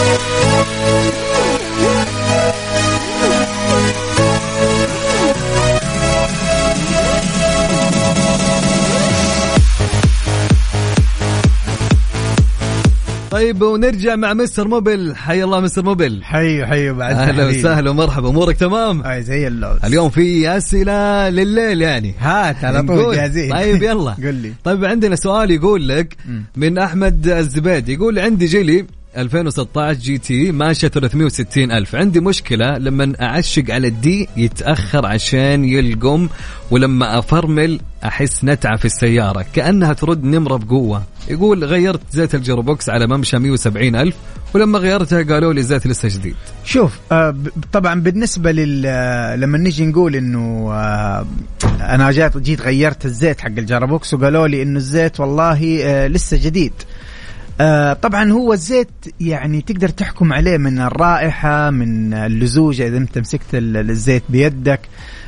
طيب ونرجع مع مستر موبل. حي الله مستر موبل. حي حي بعد. اهلا وسهلا ومرحبا، امورك تمام؟ اي زي اللوز. اليوم في اسئله لليل يعني، هات على طول جاهزين. طيب يلا قل لي. طيب عندنا سؤال يقول لك من احمد الزبيدي، يقول عندي جيلي ألفين وستة عشر جي تي ماشيه ثلاثمية وستين ألف، عندي مشكله لما اعشق على الدي يتاخر عشان يلقم، ولما افرمل احس نتعه في السياره كانها ترد نمره بقوه. يقول غيرت زيت الجيروبوكس على ممشى مية وسبعين ألف، ولما غيرتها قالوا لي زيت لسه جديد. شوف آه طبعا بالنسبه لل لما نيجي نقول انه آه انا جيت جيت غيرت الزيت حق الجيروبوكس وقالوا لي انه الزيت والله آه لسه جديد. آه طبعا هو الزيت يعني تقدر تحكم عليه من الرائحة، من اللزوجة إذا أنت مسكت الزيت بيدك.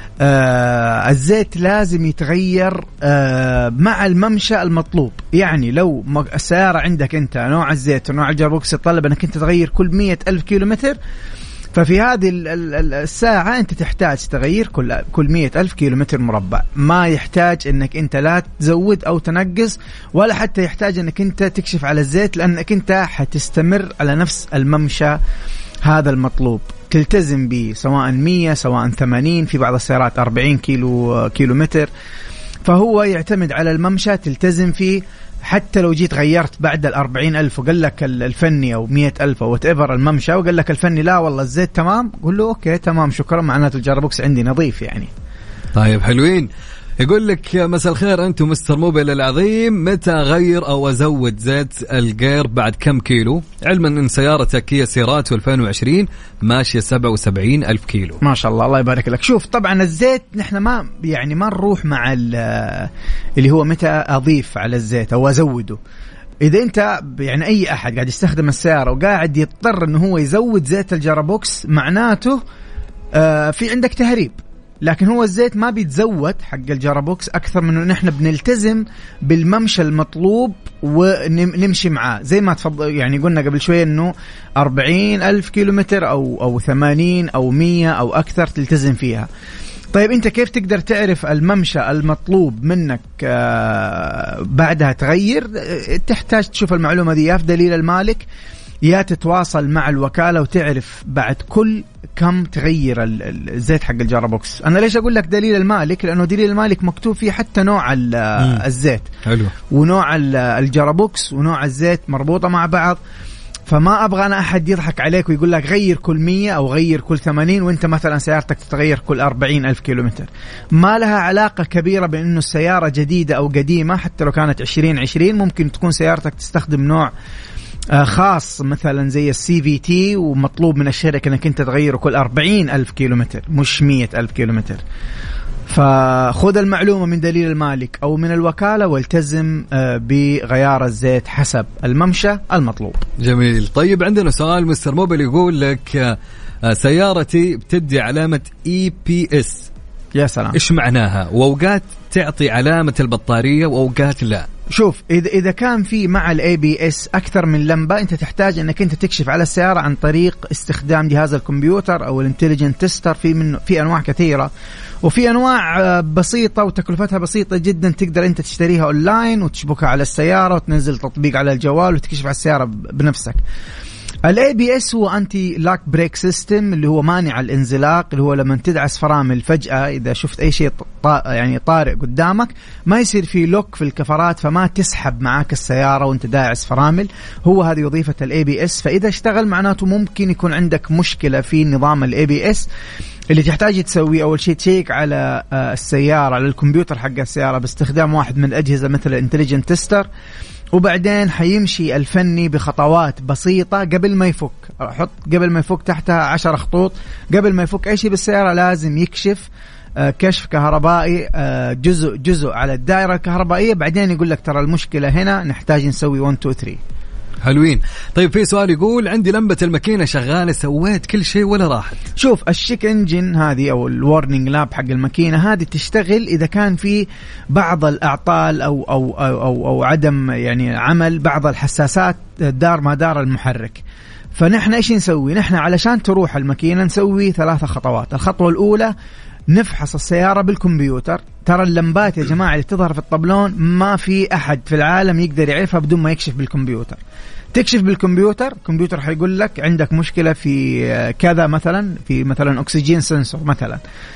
آه الزيت لازم يتغير آه مع الممشى المطلوب. يعني لو السيارة عندك أنت نوع الزيت ونوع الجيروبوكس يتطلب أنك أنت تغير كل مية ألف كيلومتر، ففي هذه الساعة أنت تحتاج تغير كل كل مية ألف كيلومتر مربع. ما يحتاج أنك أنت لا تزود أو تنقص، ولا حتى يحتاج أنك أنت تكشف على الزيت، لأنك أنت حتستمر على نفس الممشى هذا المطلوب. تلتزم به سواء مية سواء ثمانين، في بعض السيارات أربعين كيلو كيلومتر. فهو يعتمد على الممشى تلتزم فيه. حتى لو جيت غيرت بعد الأربعين ألف وقال لك الفني أو مية ألف أو whatever الممشى وقال لك الفني لا والله الزيت تمام، قل له أوكي تمام شكرا، معناته الجيروبوكس عندي نظيف يعني. طيب حلوين. يقول لك مساء الخير أنتم مستر موبل العظيم، متى أغير أو أزود زيت الجير بعد كم كيلو؟ علما أن سيارتك كيا سيراتو ألفين وعشرين ماشية سبعة وسبعين ألف كيلو. ما شاء الله الله يبارك لك. شوف طبعا الزيت نحن ما يعني ما نروح مع اللي هو متى أضيف على الزيت أو أزوده. إذا أنت يعني أي أحد قاعد يستخدم السيارة وقاعد يضطر أنه هو يزود زيت الجيروبوكس معناته آه في عندك تهريب. لكن هو الزيت ما بيتزود حق الجيروبوكس أكثر من إنه إحنا بنلتزم بالممشى المطلوب ونمشي معاه زي ما تفضل. يعني قلنا قبل شوية إنه أربعين ألف كيلومتر أو أو ثمانين أو مية أو أكثر تلتزم فيها. طيب أنت كيف تقدر تعرف الممشى المطلوب منك آه بعدها تغير؟ تحتاج تشوف المعلومة دي يا في دليل المالك، يا تتواصل مع الوكالة وتعرف بعد كل كم تغير الزيت حق الجيروبوكس. أنا ليش أقول لك دليل المالك؟ لأنه دليل المالك مكتوب فيه حتى نوع الزيت حلو. ونوع الجيروبوكس ونوع الزيت مربوطة مع بعض. فما أبغى أنا أحد يضحك عليك ويقول لك غير كل مية أو غير كل ثمانين وإنت مثلا سيارتك تتغير كل أربعين ألف كيلومتر. ما لها علاقة كبيرة بأنه السيارة جديدة أو قديمة. حتى لو كانت عشرين عشرين ممكن تكون سيارتك تستخدم نوع خاص مثلا زي السي في تي ومطلوب من الشركة أنك أنت تغيره كل أربعين ألف كيلومتر مش مية ألف كيلومتر. فخذ المعلومة من دليل المالك أو من الوكالة والتزم بغيار الزيت حسب الممشى المطلوب. جميل. طيب عندنا سؤال مستر موبل يقول لك سيارتي بتدي علامة إي بي إس يا سلام. إيش معناها؟ وأوقات تعطي علامة البطارية وأوقات لا. شوف إذا إذا كان في مع الاي بي اس أكثر من لمبة، أنت تحتاج أنك أنت تكشف على السيارة عن طريق استخدام جهاز الكمبيوتر أو الانتليجنت تيستر. في من في أنواع كثيرة، وفي أنواع بسيطة وتكلفتها بسيطة جدا، تقدر أنت تشتريها أونلاين وتشبكها على السيارة وتنزل تطبيق على الجوال وتكشف على السيارة بنفسك. الاي بي اس هو انتي لاك بريك سيستم، اللي هو مانع الانزلاق، اللي هو لما تدعس فرامل فجأة اذا شفت اي شيء طا يعني طارئ قدامك ما يصير في لوك في الكفرات، فما تسحب معاك السيارة وانت داعس فرامل. هو هذه وظيفة الاي بي اس. فاذا اشتغل معناته ممكن يكون عندك مشكلة في نظام الاي بي اس. اللي تحتاج تسوي اول شيء تشيك على السيارة، على الكمبيوتر حق السيارة باستخدام واحد من الاجهزة مثل الانتليجنت تيستر، وبعدين حيمشي الفني بخطوات بسيطة قبل ما يفك. حط قبل ما يفك تحتها عشر خطوط. قبل ما يفك أي شيء بالسيارة لازم يكشف كشف كهربائي جزء جزء على الدائرة الكهربائية، بعدين يقول لك ترى المشكلة هنا نحتاج نسوي واحد اثنين ثلاثة. حلوين. طيب في سؤال يقول عندي لمبة الماكينة شغالة، سويت كل شيء ولا راحت. شوف الشيك انجن هذه او الورنينج لاب حق الماكينة هذه تشتغل إذا كان في بعض الأعطال أو أو أو أو, أو عدم يعني عمل بعض الحساسات دار ما دار المحرك. فنحن إيش نسوي؟ نحن علشان تروح الماكينة نسوي ثلاثة خطوات. الخطوة الأولى نفحص السيارة بالكمبيوتر. ترى اللمبات يا جماعة اللي تظهر في الطبلون ما في أحد في العالم يقدر يعرفها بدون ما يكشف بالكمبيوتر. تكشف بالكمبيوتر، الكمبيوتر حيقول لك عندك مشكلة في كذا، مثلا في مثلا أكسجين سنسور مثلا.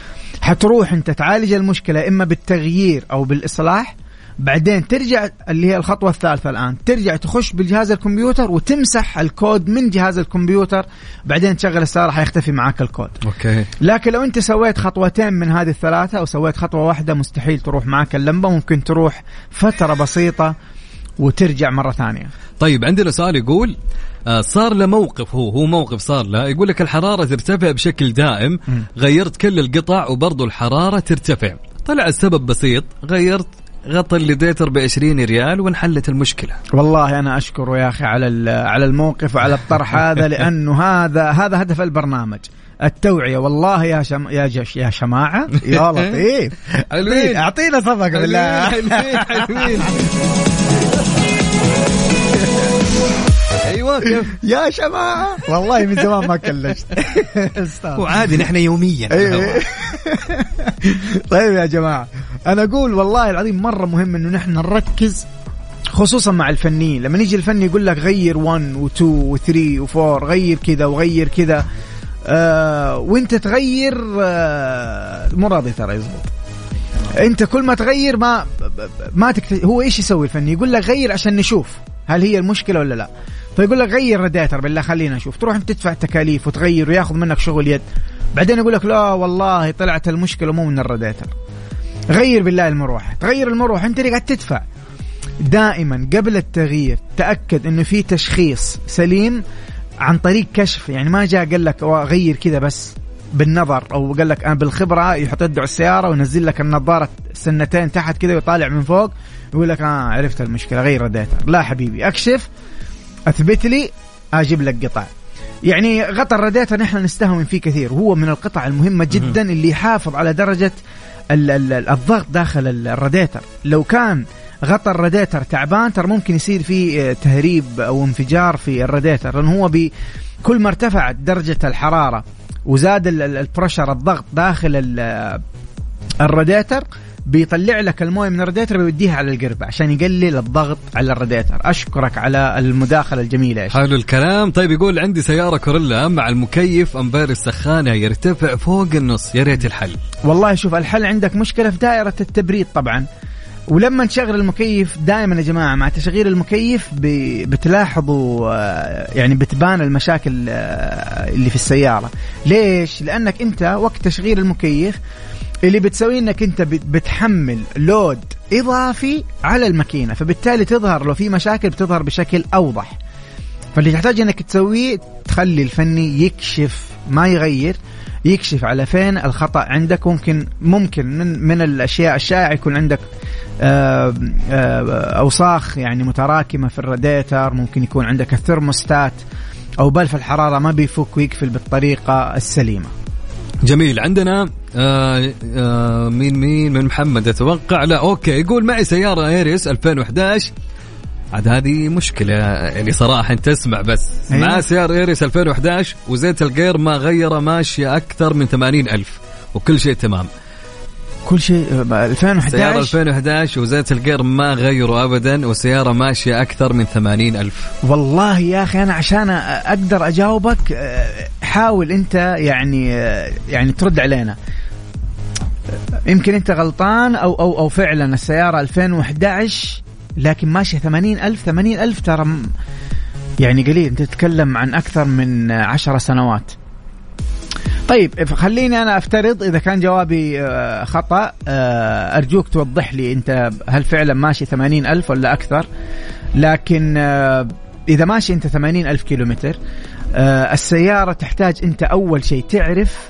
حتروح أنت تعالج المشكلة إما بالتغيير أو بالإصلاح، بعدين ترجع اللي هي الخطوة الثالثة الآن، ترجع تخش بالجهاز الكمبيوتر وتمسح الكود من جهاز الكمبيوتر، بعدين تشغل السيارة حيختفي معاك الكود. أوكي. لكن لو أنت سويت خطوتين من هذه الثلاثة أو سويت خطوة واحدة مستحيل تروح معاك اللمبة، ممكن تروح فترة بسيطة وترجع مرة ثانية. طيب عندنا سؤال يقول صار له موقف، هو هو موقف صار له، يقول لك الحرارة ترتفع بشكل دائم، م. غيرت كل القطع وبرضو الحرارة ترتفع. طلع السبب بسيط، غيرت غطى الليديتر بعشرين ريال وانحلت المشكلة. والله أنا أشكره يا أخي على على الموقف وعلى الطرح هذا، لأنه هذا هذا هدف البرنامج، التوعية. والله يا شم يا جش يا شماعة يا لطيف. حلوين. أعطينا صفقة بالله. حلوين حلوين. ايوه كيف يا شماعة والله من زمان ما كلشت. وعادي نحن يوميا. طيب يا جماعة أنا أقول والله العظيم مرة مهم إنه نحن نركز خصوصا مع الفنيين. لما نيجي الفني يقول لك غير واحد و اثنين و ثلاثة و أربعة، غير كذا وغير كذا، آه وانت تغير آه مو راضي ترى يزبط. انت كل ما تغير ما ما تكت... هو ايش يسوي الفني؟ يقول لك غير عشان نشوف هل هي المشكلة ولا لا. فيقول لك غير راديتر بالله خلينا نشوف، تروح انت تدفع تكاليف وتغير وياخذ منك شغل يد، بعدين يقول لك لا والله طلعت المشكلة مو من الراديتر. غير بالله المروحة، تغير المروحة انت اللي قاعد تدفع. دائما قبل التغيير تأكد انه في تشخيص سليم عن طريق كشف، يعني ما جاء قال لك غير كذا بس بالنظر، او قال لك انا بالخبرة يحط يده على السيارة وينزل لك النظارة سنتين تحت كذا ويطالع من فوق يقول لك اه عرفت المشكلة غير راديتر. لا حبيبي، اكشف، اثبت لي، اجيب لك قطع. يعني غطى الراديتر نحن نستهون فيه كثير، وهو من القطع المهمة جدا اللي يحافظ على درجة ال ال الضغط داخل الراديتر. لو كان غطى الراديتر تعبان ترى ممكن يصير فيه تهريب او انفجار في الراديتر، لأنه هو بكل ما ارتفعت درجة الحرارة وزاد البريشر الضغط داخل الراديتر بيطلع لك المويه من الراديتر بيوديها على القربة عشان يقلل الضغط على الراديتر. أشكرك على المداخلة الجميلة. حلو الكلام. طيب يقول عندي سيارة كوريلا مع المكيف أمبير السخانة يرتفع فوق النص، يا ريت الحل. والله شوف الحل عندك مشكلة في دائرة التبريد طبعا، ولما تشغل المكيف دائما يا جماعة مع تشغيل المكيف بتلاحظوا يعني بتبان المشاكل اللي في السيارة. ليش؟ لأنك أنت وقت تشغيل المكيف اللي بتسوي انك انت بتحمل لود اضافي على الماكينه، فبالتالي تظهر لو في مشاكل بتظهر بشكل اوضح. فاللي تحتاج انك تسويه تخلي الفني يكشف، ما يغير، يكشف على فين الخطأ عندك. ممكن ممكن من من الاشياء الشائعه يكون عندك آآ آآ اوساخ يعني متراكمه في الراديتر، ممكن يكون عندك الثرموستات او بلف الحراره ما بيفك ويقفل بالطريقه السليمه. جميل. عندنا آه آه مين مين من محمد أتوقع. لا أوكي، يقول معي سيارة إيريس ألفين وإحدى عشر. عاد هذه مشكلة يعني صراحة، أنت تسمع بس مع سيارة إيريس ألفين وإحدى عشر وزيت الغير ما غيره، ماشية أكثر من ثمانين ألف وكل شيء تمام. كل شيء ألفين وإحدى عشر سيارة ألفين وإحدى عشر وزيت الغير ما غيره أبدا، وسيارة ماشية أكثر من ثمانين ألف. والله يا أخي أنا عشان أقدر أجاوبك حاول أنت يعني يعني ترد علينا. يمكن أنت غلطان أو أو أو فعلا السيارة ألفين وإحدى عشر لكن ماشية ثمانين ألف. ثمانين ألف ترى يعني قليل، أنت تتكلم عن أكثر من عشر سنوات. طيب خليني أنا أفترض إذا كان جوابي خطأ، أرجوك توضح لي أنت هل فعلا ماشي ثمانين ألف ولا أكثر. لكن إذا ماشي أنت ثمانين ألف كيلومتر، السيارة تحتاج أنت أول شيء تعرف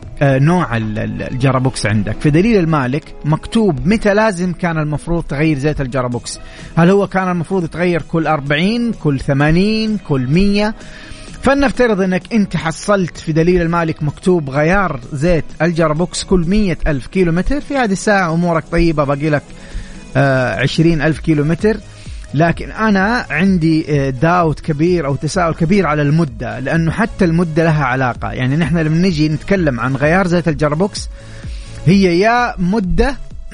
نوع الجرابوكس عندك. في دليل المالك مكتوب متى لازم كان المفروض تغير زيت الجرابوكس. هل هو كان المفروض يتغير كل أربعين، كل ثمانين، كل مية؟ فلنفترض انك انت حصلت في دليل المالك مكتوب غيار زيت الجرابوكس كل مية ألف كيلومتر. في هذه الساعة امورك طيبة، باقي لك آه عشرين ألف كيلومتر. لكن انا عندي داوت كبير او تساؤل كبير على المدة، لانه حتى المدة لها علاقة. يعني نحن لما نيجي نتكلم عن غيار زيت الجرابوكس هي يا مدة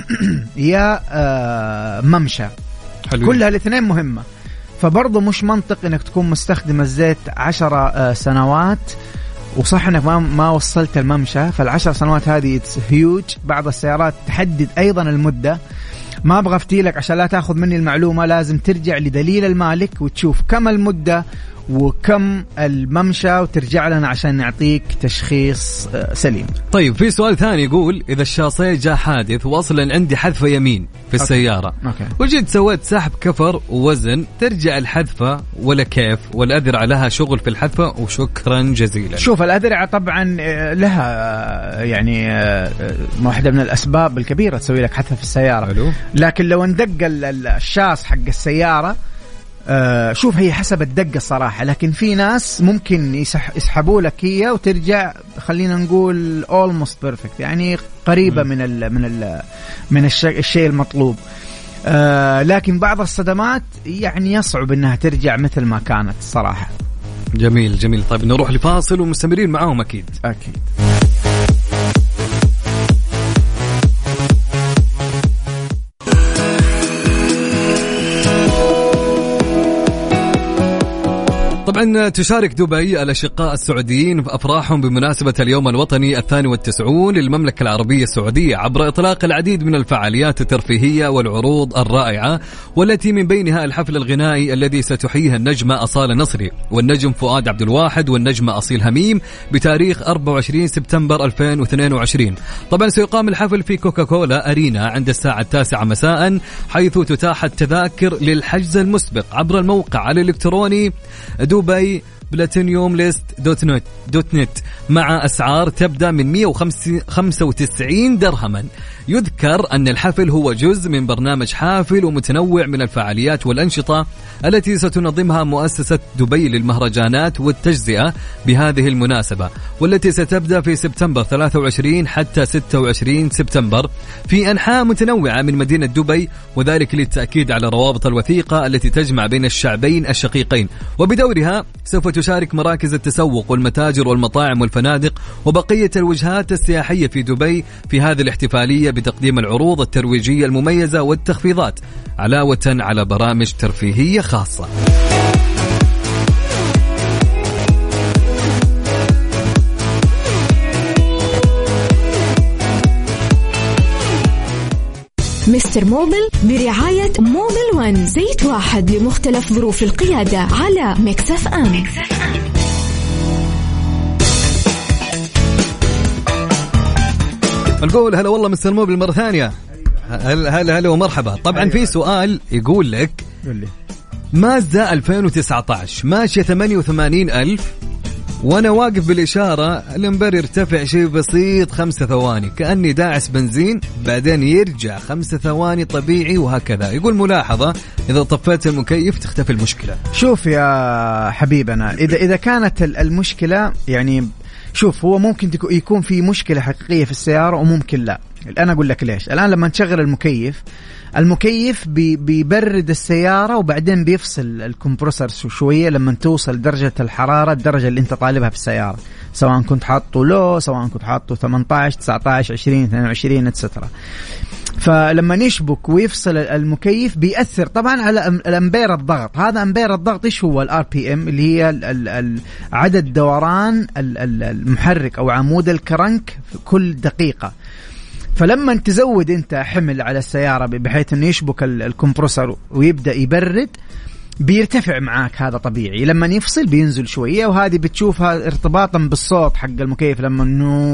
يا آه ممشى، حلوين. كلها الاثنين مهمة. فبرضه مش منطق انك تكون مستخدم الزيت عشر سنوات وصح انك ما ما وصلت الممشى. فالعشر سنوات هذه هيوج. بعض السيارات تحدد ايضا المدة. ما ابغى افتيلك عشان لا تاخذ مني المعلومة، لازم ترجع لدليل المالك وتشوف كم المدة وكم الممشى وترجع لنا عشان نعطيك تشخيص سليم. طيب في سؤال ثاني يقول إذا الشاصية جاء حادث واصلا عندي حذفة يمين في السيارة، أوكي. وجيت سويت سحب كفر ووزن، ترجع الحذفة ولا كيف؟ والأذرع لها شغل في الحذفة؟ وشكرا جزيلا. شوف الأذرع طبعا لها يعني واحدة من الأسباب الكبيرة تسوي لك حذفة في السيارة. حلو. لكن لو اندق الشاص حق السيارة، آه شوف هي حسب الدقة الصراحة. لكن في ناس ممكن يسح يسحبوا لك هي وترجع خلينا نقول almost perfect، يعني قريبة م. من ال من ال من الشيء المطلوب. آه لكن بعض الصدمات يعني يصعب انها ترجع مثل ما كانت الصراحة. جميل جميل. طيب نروح لفاصل ومستمرين معاهم أكيد أكيد. طبعا تشارك دبي الأشقاء السعوديين في أفراحهم بمناسبة اليوم الوطني الثاني والتسعون للمملكة العربية السعودية عبر إطلاق العديد من الفعاليات الترفيهية والعروض الرائعة، والتي من بينها الحفل الغنائي الذي ستحييه النجمة أصالة نصري والنجم فؤاد عبد الواحد والنجمة أصيل هميم بتاريخ أربعة وعشرين سبتمبر ألفين واثنين وعشرين. طبعا سيقام الحفل في كوكاكولا أرينا عند الساعة التاسعة مساء، حيث تتاح التذاكر للحجز المسبق عبر الموقع الإلكتروني دبي بلاتينيوم ليست دوت نت دوت نت مع أسعار تبدأ من مئة وخمسة وتسعين درهما. يذكر أن الحفل هو جزء من برنامج حافل ومتنوع من الفعاليات والأنشطة التي ستنظمها مؤسسة دبي للمهرجانات والتجزئة بهذه المناسبة، والتي ستبدأ في سبتمبر ثلاثة وعشرين حتى ستة وعشرين سبتمبر في أنحاء متنوعة من مدينة دبي، وذلك للتأكيد على الروابط الوثيقة التي تجمع بين الشعبين الشقيقين. وبدورها سوف تشارك مراكز التسوق والمتاجر والمطاعم والفنادق وبقية الوجهات السياحية في دبي في هذه الاحتفالية بتقديم العروض الترويجية المميزة والتخفيضات علاوة على برامج ترفيهية خاصة. مستر موبل برعاية موبل ون، زيت واحد لمختلف ظروف القيادة على ميكس اف ام. نقول هلا والله مستر موبل مرة ثانية. هلا هلا هلا ومرحبا. طبعا في سؤال يقول لك مازدا ألفين وتسعة عشر ماشية ثمانية وثمانين ألف وانا واقف بالإشارة الامبر يرتفع شيء بسيط خمسة ثواني كأني داعس بنزين، بعدين يرجع خمسة ثواني طبيعي وهكذا. يقول ملاحظة إذا طفيت المكيف تختفي المشكلة. شوف يا حبيبنا، إذا إذا كانت المشكلة يعني شوف هو ممكن يكون في مشكلة حقيقية في السيارة وممكن لا. الآن أقول لك ليش. الآن لما نشغل المكيف المكيف بي بيبرد السيارة وبعدين بيفصل الكمبرسور شوية لما توصل درجة الحرارة الدرجة اللي انت طالبها في السيارة، سواء كنت حاطه لو سواء كنت حاطه ثمانية عشر تسعة عشر عشرين اثنين وعشرين اتسترا. فلما يشبك ويفصل المكيف بيأثر طبعا على الأمبير الضغط. هذا أمبير الضغط إيش هو؟ الار بي ام اللي هي ال ال ال عدد دوران المحرك أو عمود الكرنك في كل دقيقة. فلما تزود انت حمل على السيارة بحيث انه يشبك الكمبرسور ويبدأ يبرد بيرتفع معاك، هذا طبيعي. لما يفصل بينزل شوية، وهذه بتشوفها ارتباطا بالصوت حق المكيف لما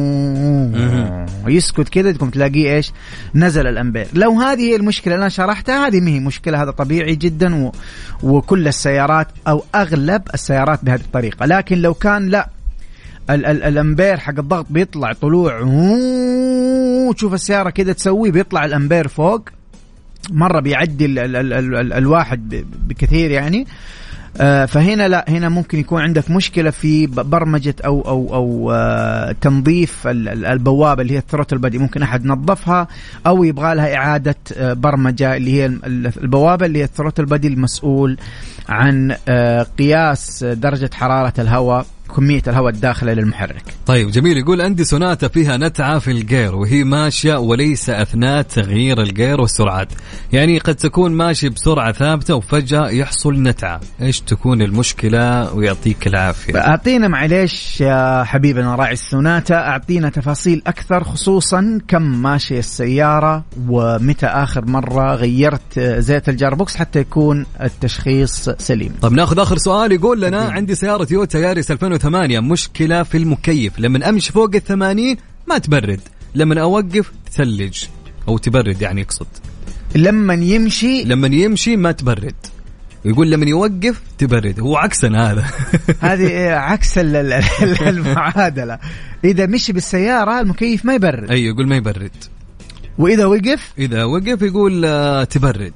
انه يسكت كده تكون تلاقيه ايش نزل الأمبير. لو هذه هي المشكلة اللي انا شرحتها هذه ما هي مشكلة، هذا طبيعي جدا و... وكل السيارات او اغلب السيارات بهذه الطريقة. لكن لو كان لا ال ال الأمبير حق الضغط بيطلع طلوع وتشوف السيارة كده تسوي بيطلع الأمبير فوق مرة بيعدي ال ال ال ال ال الواحد بكثير يعني، آه فهنا لا هنا ممكن يكون عندك مشكلة في برمجة أو أو أو آه تنظيف البوابة اللي هي الثروتل بادي. ممكن أحد نظفها أو يبغى لها إعادة آه برمجة اللي هي البوابة اللي هي الثروتل بادي المسؤول عن آه قياس درجة حرارة الهواء كمية الهواء الداخلة للمحرك. طيب جميل. يقول عندي سوناتا فيها نتعة في الجير وهي ماشية وليس أثناء تغيير الجير والسرعات، يعني قد تكون ماشي بسرعة ثابتة وفجأة يحصل نتعة. إيش تكون المشكلة؟ ويعطيك العافية. أعطينا معليش يا حبيبنا راعي السوناتا، أعطينا تفاصيل أكثر، خصوصا كم ماشي السيارة ومتى آخر مرة غيرت زيت الجاربوكس حتى يكون التشخيص سليم. طب ناخذ آخر سؤال. يقول لنا عندي سيارة تويوتا ياريس ألفين وثمانية، مشكلة في المكيف، لما أمشي فوق الثمانين ما تبرد، لما أوقف تثلج أو تبرد، يعني يقصد لما يمشي لما يمشي ما تبرد، يقول لما يوقف تبرد. هو عكسنا هذا. هذه عكس المعادلة. إذا مشي بالسيارة المكيف ما يبرد. أي يقول ما يبرد، وإذا وقف إذا وقف يقول آه تبرد.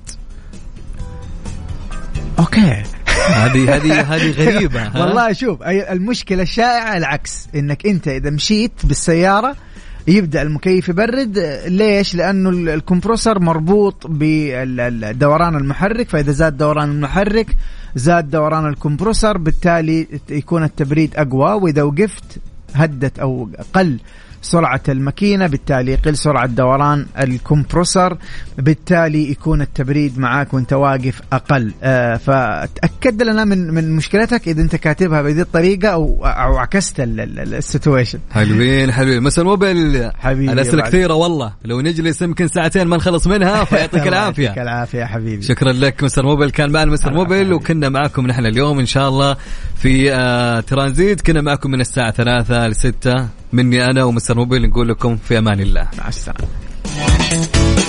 أوكي. هذه هذه هذه غريبة. والله شوف المشكلة الشائعة العكس، إنك أنت إذا مشيت بالسيارة يبدأ المكيف يبرد. ليش؟ لأنه الكمبرسور مربوط بدوران المحرك، فإذا زاد دوران المحرك زاد دوران الكمبرسور، بالتالي يكون التبريد أقوى. وإذا وقفت هدت أو قل سرعة الماكينة، بالتالي يقل سرعة دوران الكمبرسور، بالتالي يكون التبريد معاك وانت واقف أقل. آه فتأكد لنا من من مشكلتك إذا انت كاتبها بهذه الطريقة أو أو عكست السيتويشن. حلوين حلوين. مثلا موبيل حبيبي الأسئلة كثيرة والله، لو نجلس يمكن ساعتين ما نخلص منها، فيعطيك العافية. يعطيك العافية يا حبيبي. شكرا لك مستر موبيل. كان معنا مستر موبيل وكنا معكم نحن اليوم إن شاء الله في آه ترانزيت. كنا معكم من الساعة ثلاثة لستة. مني أنا ومستر موبيل نقول لكم في أمان الله. مع السلامة.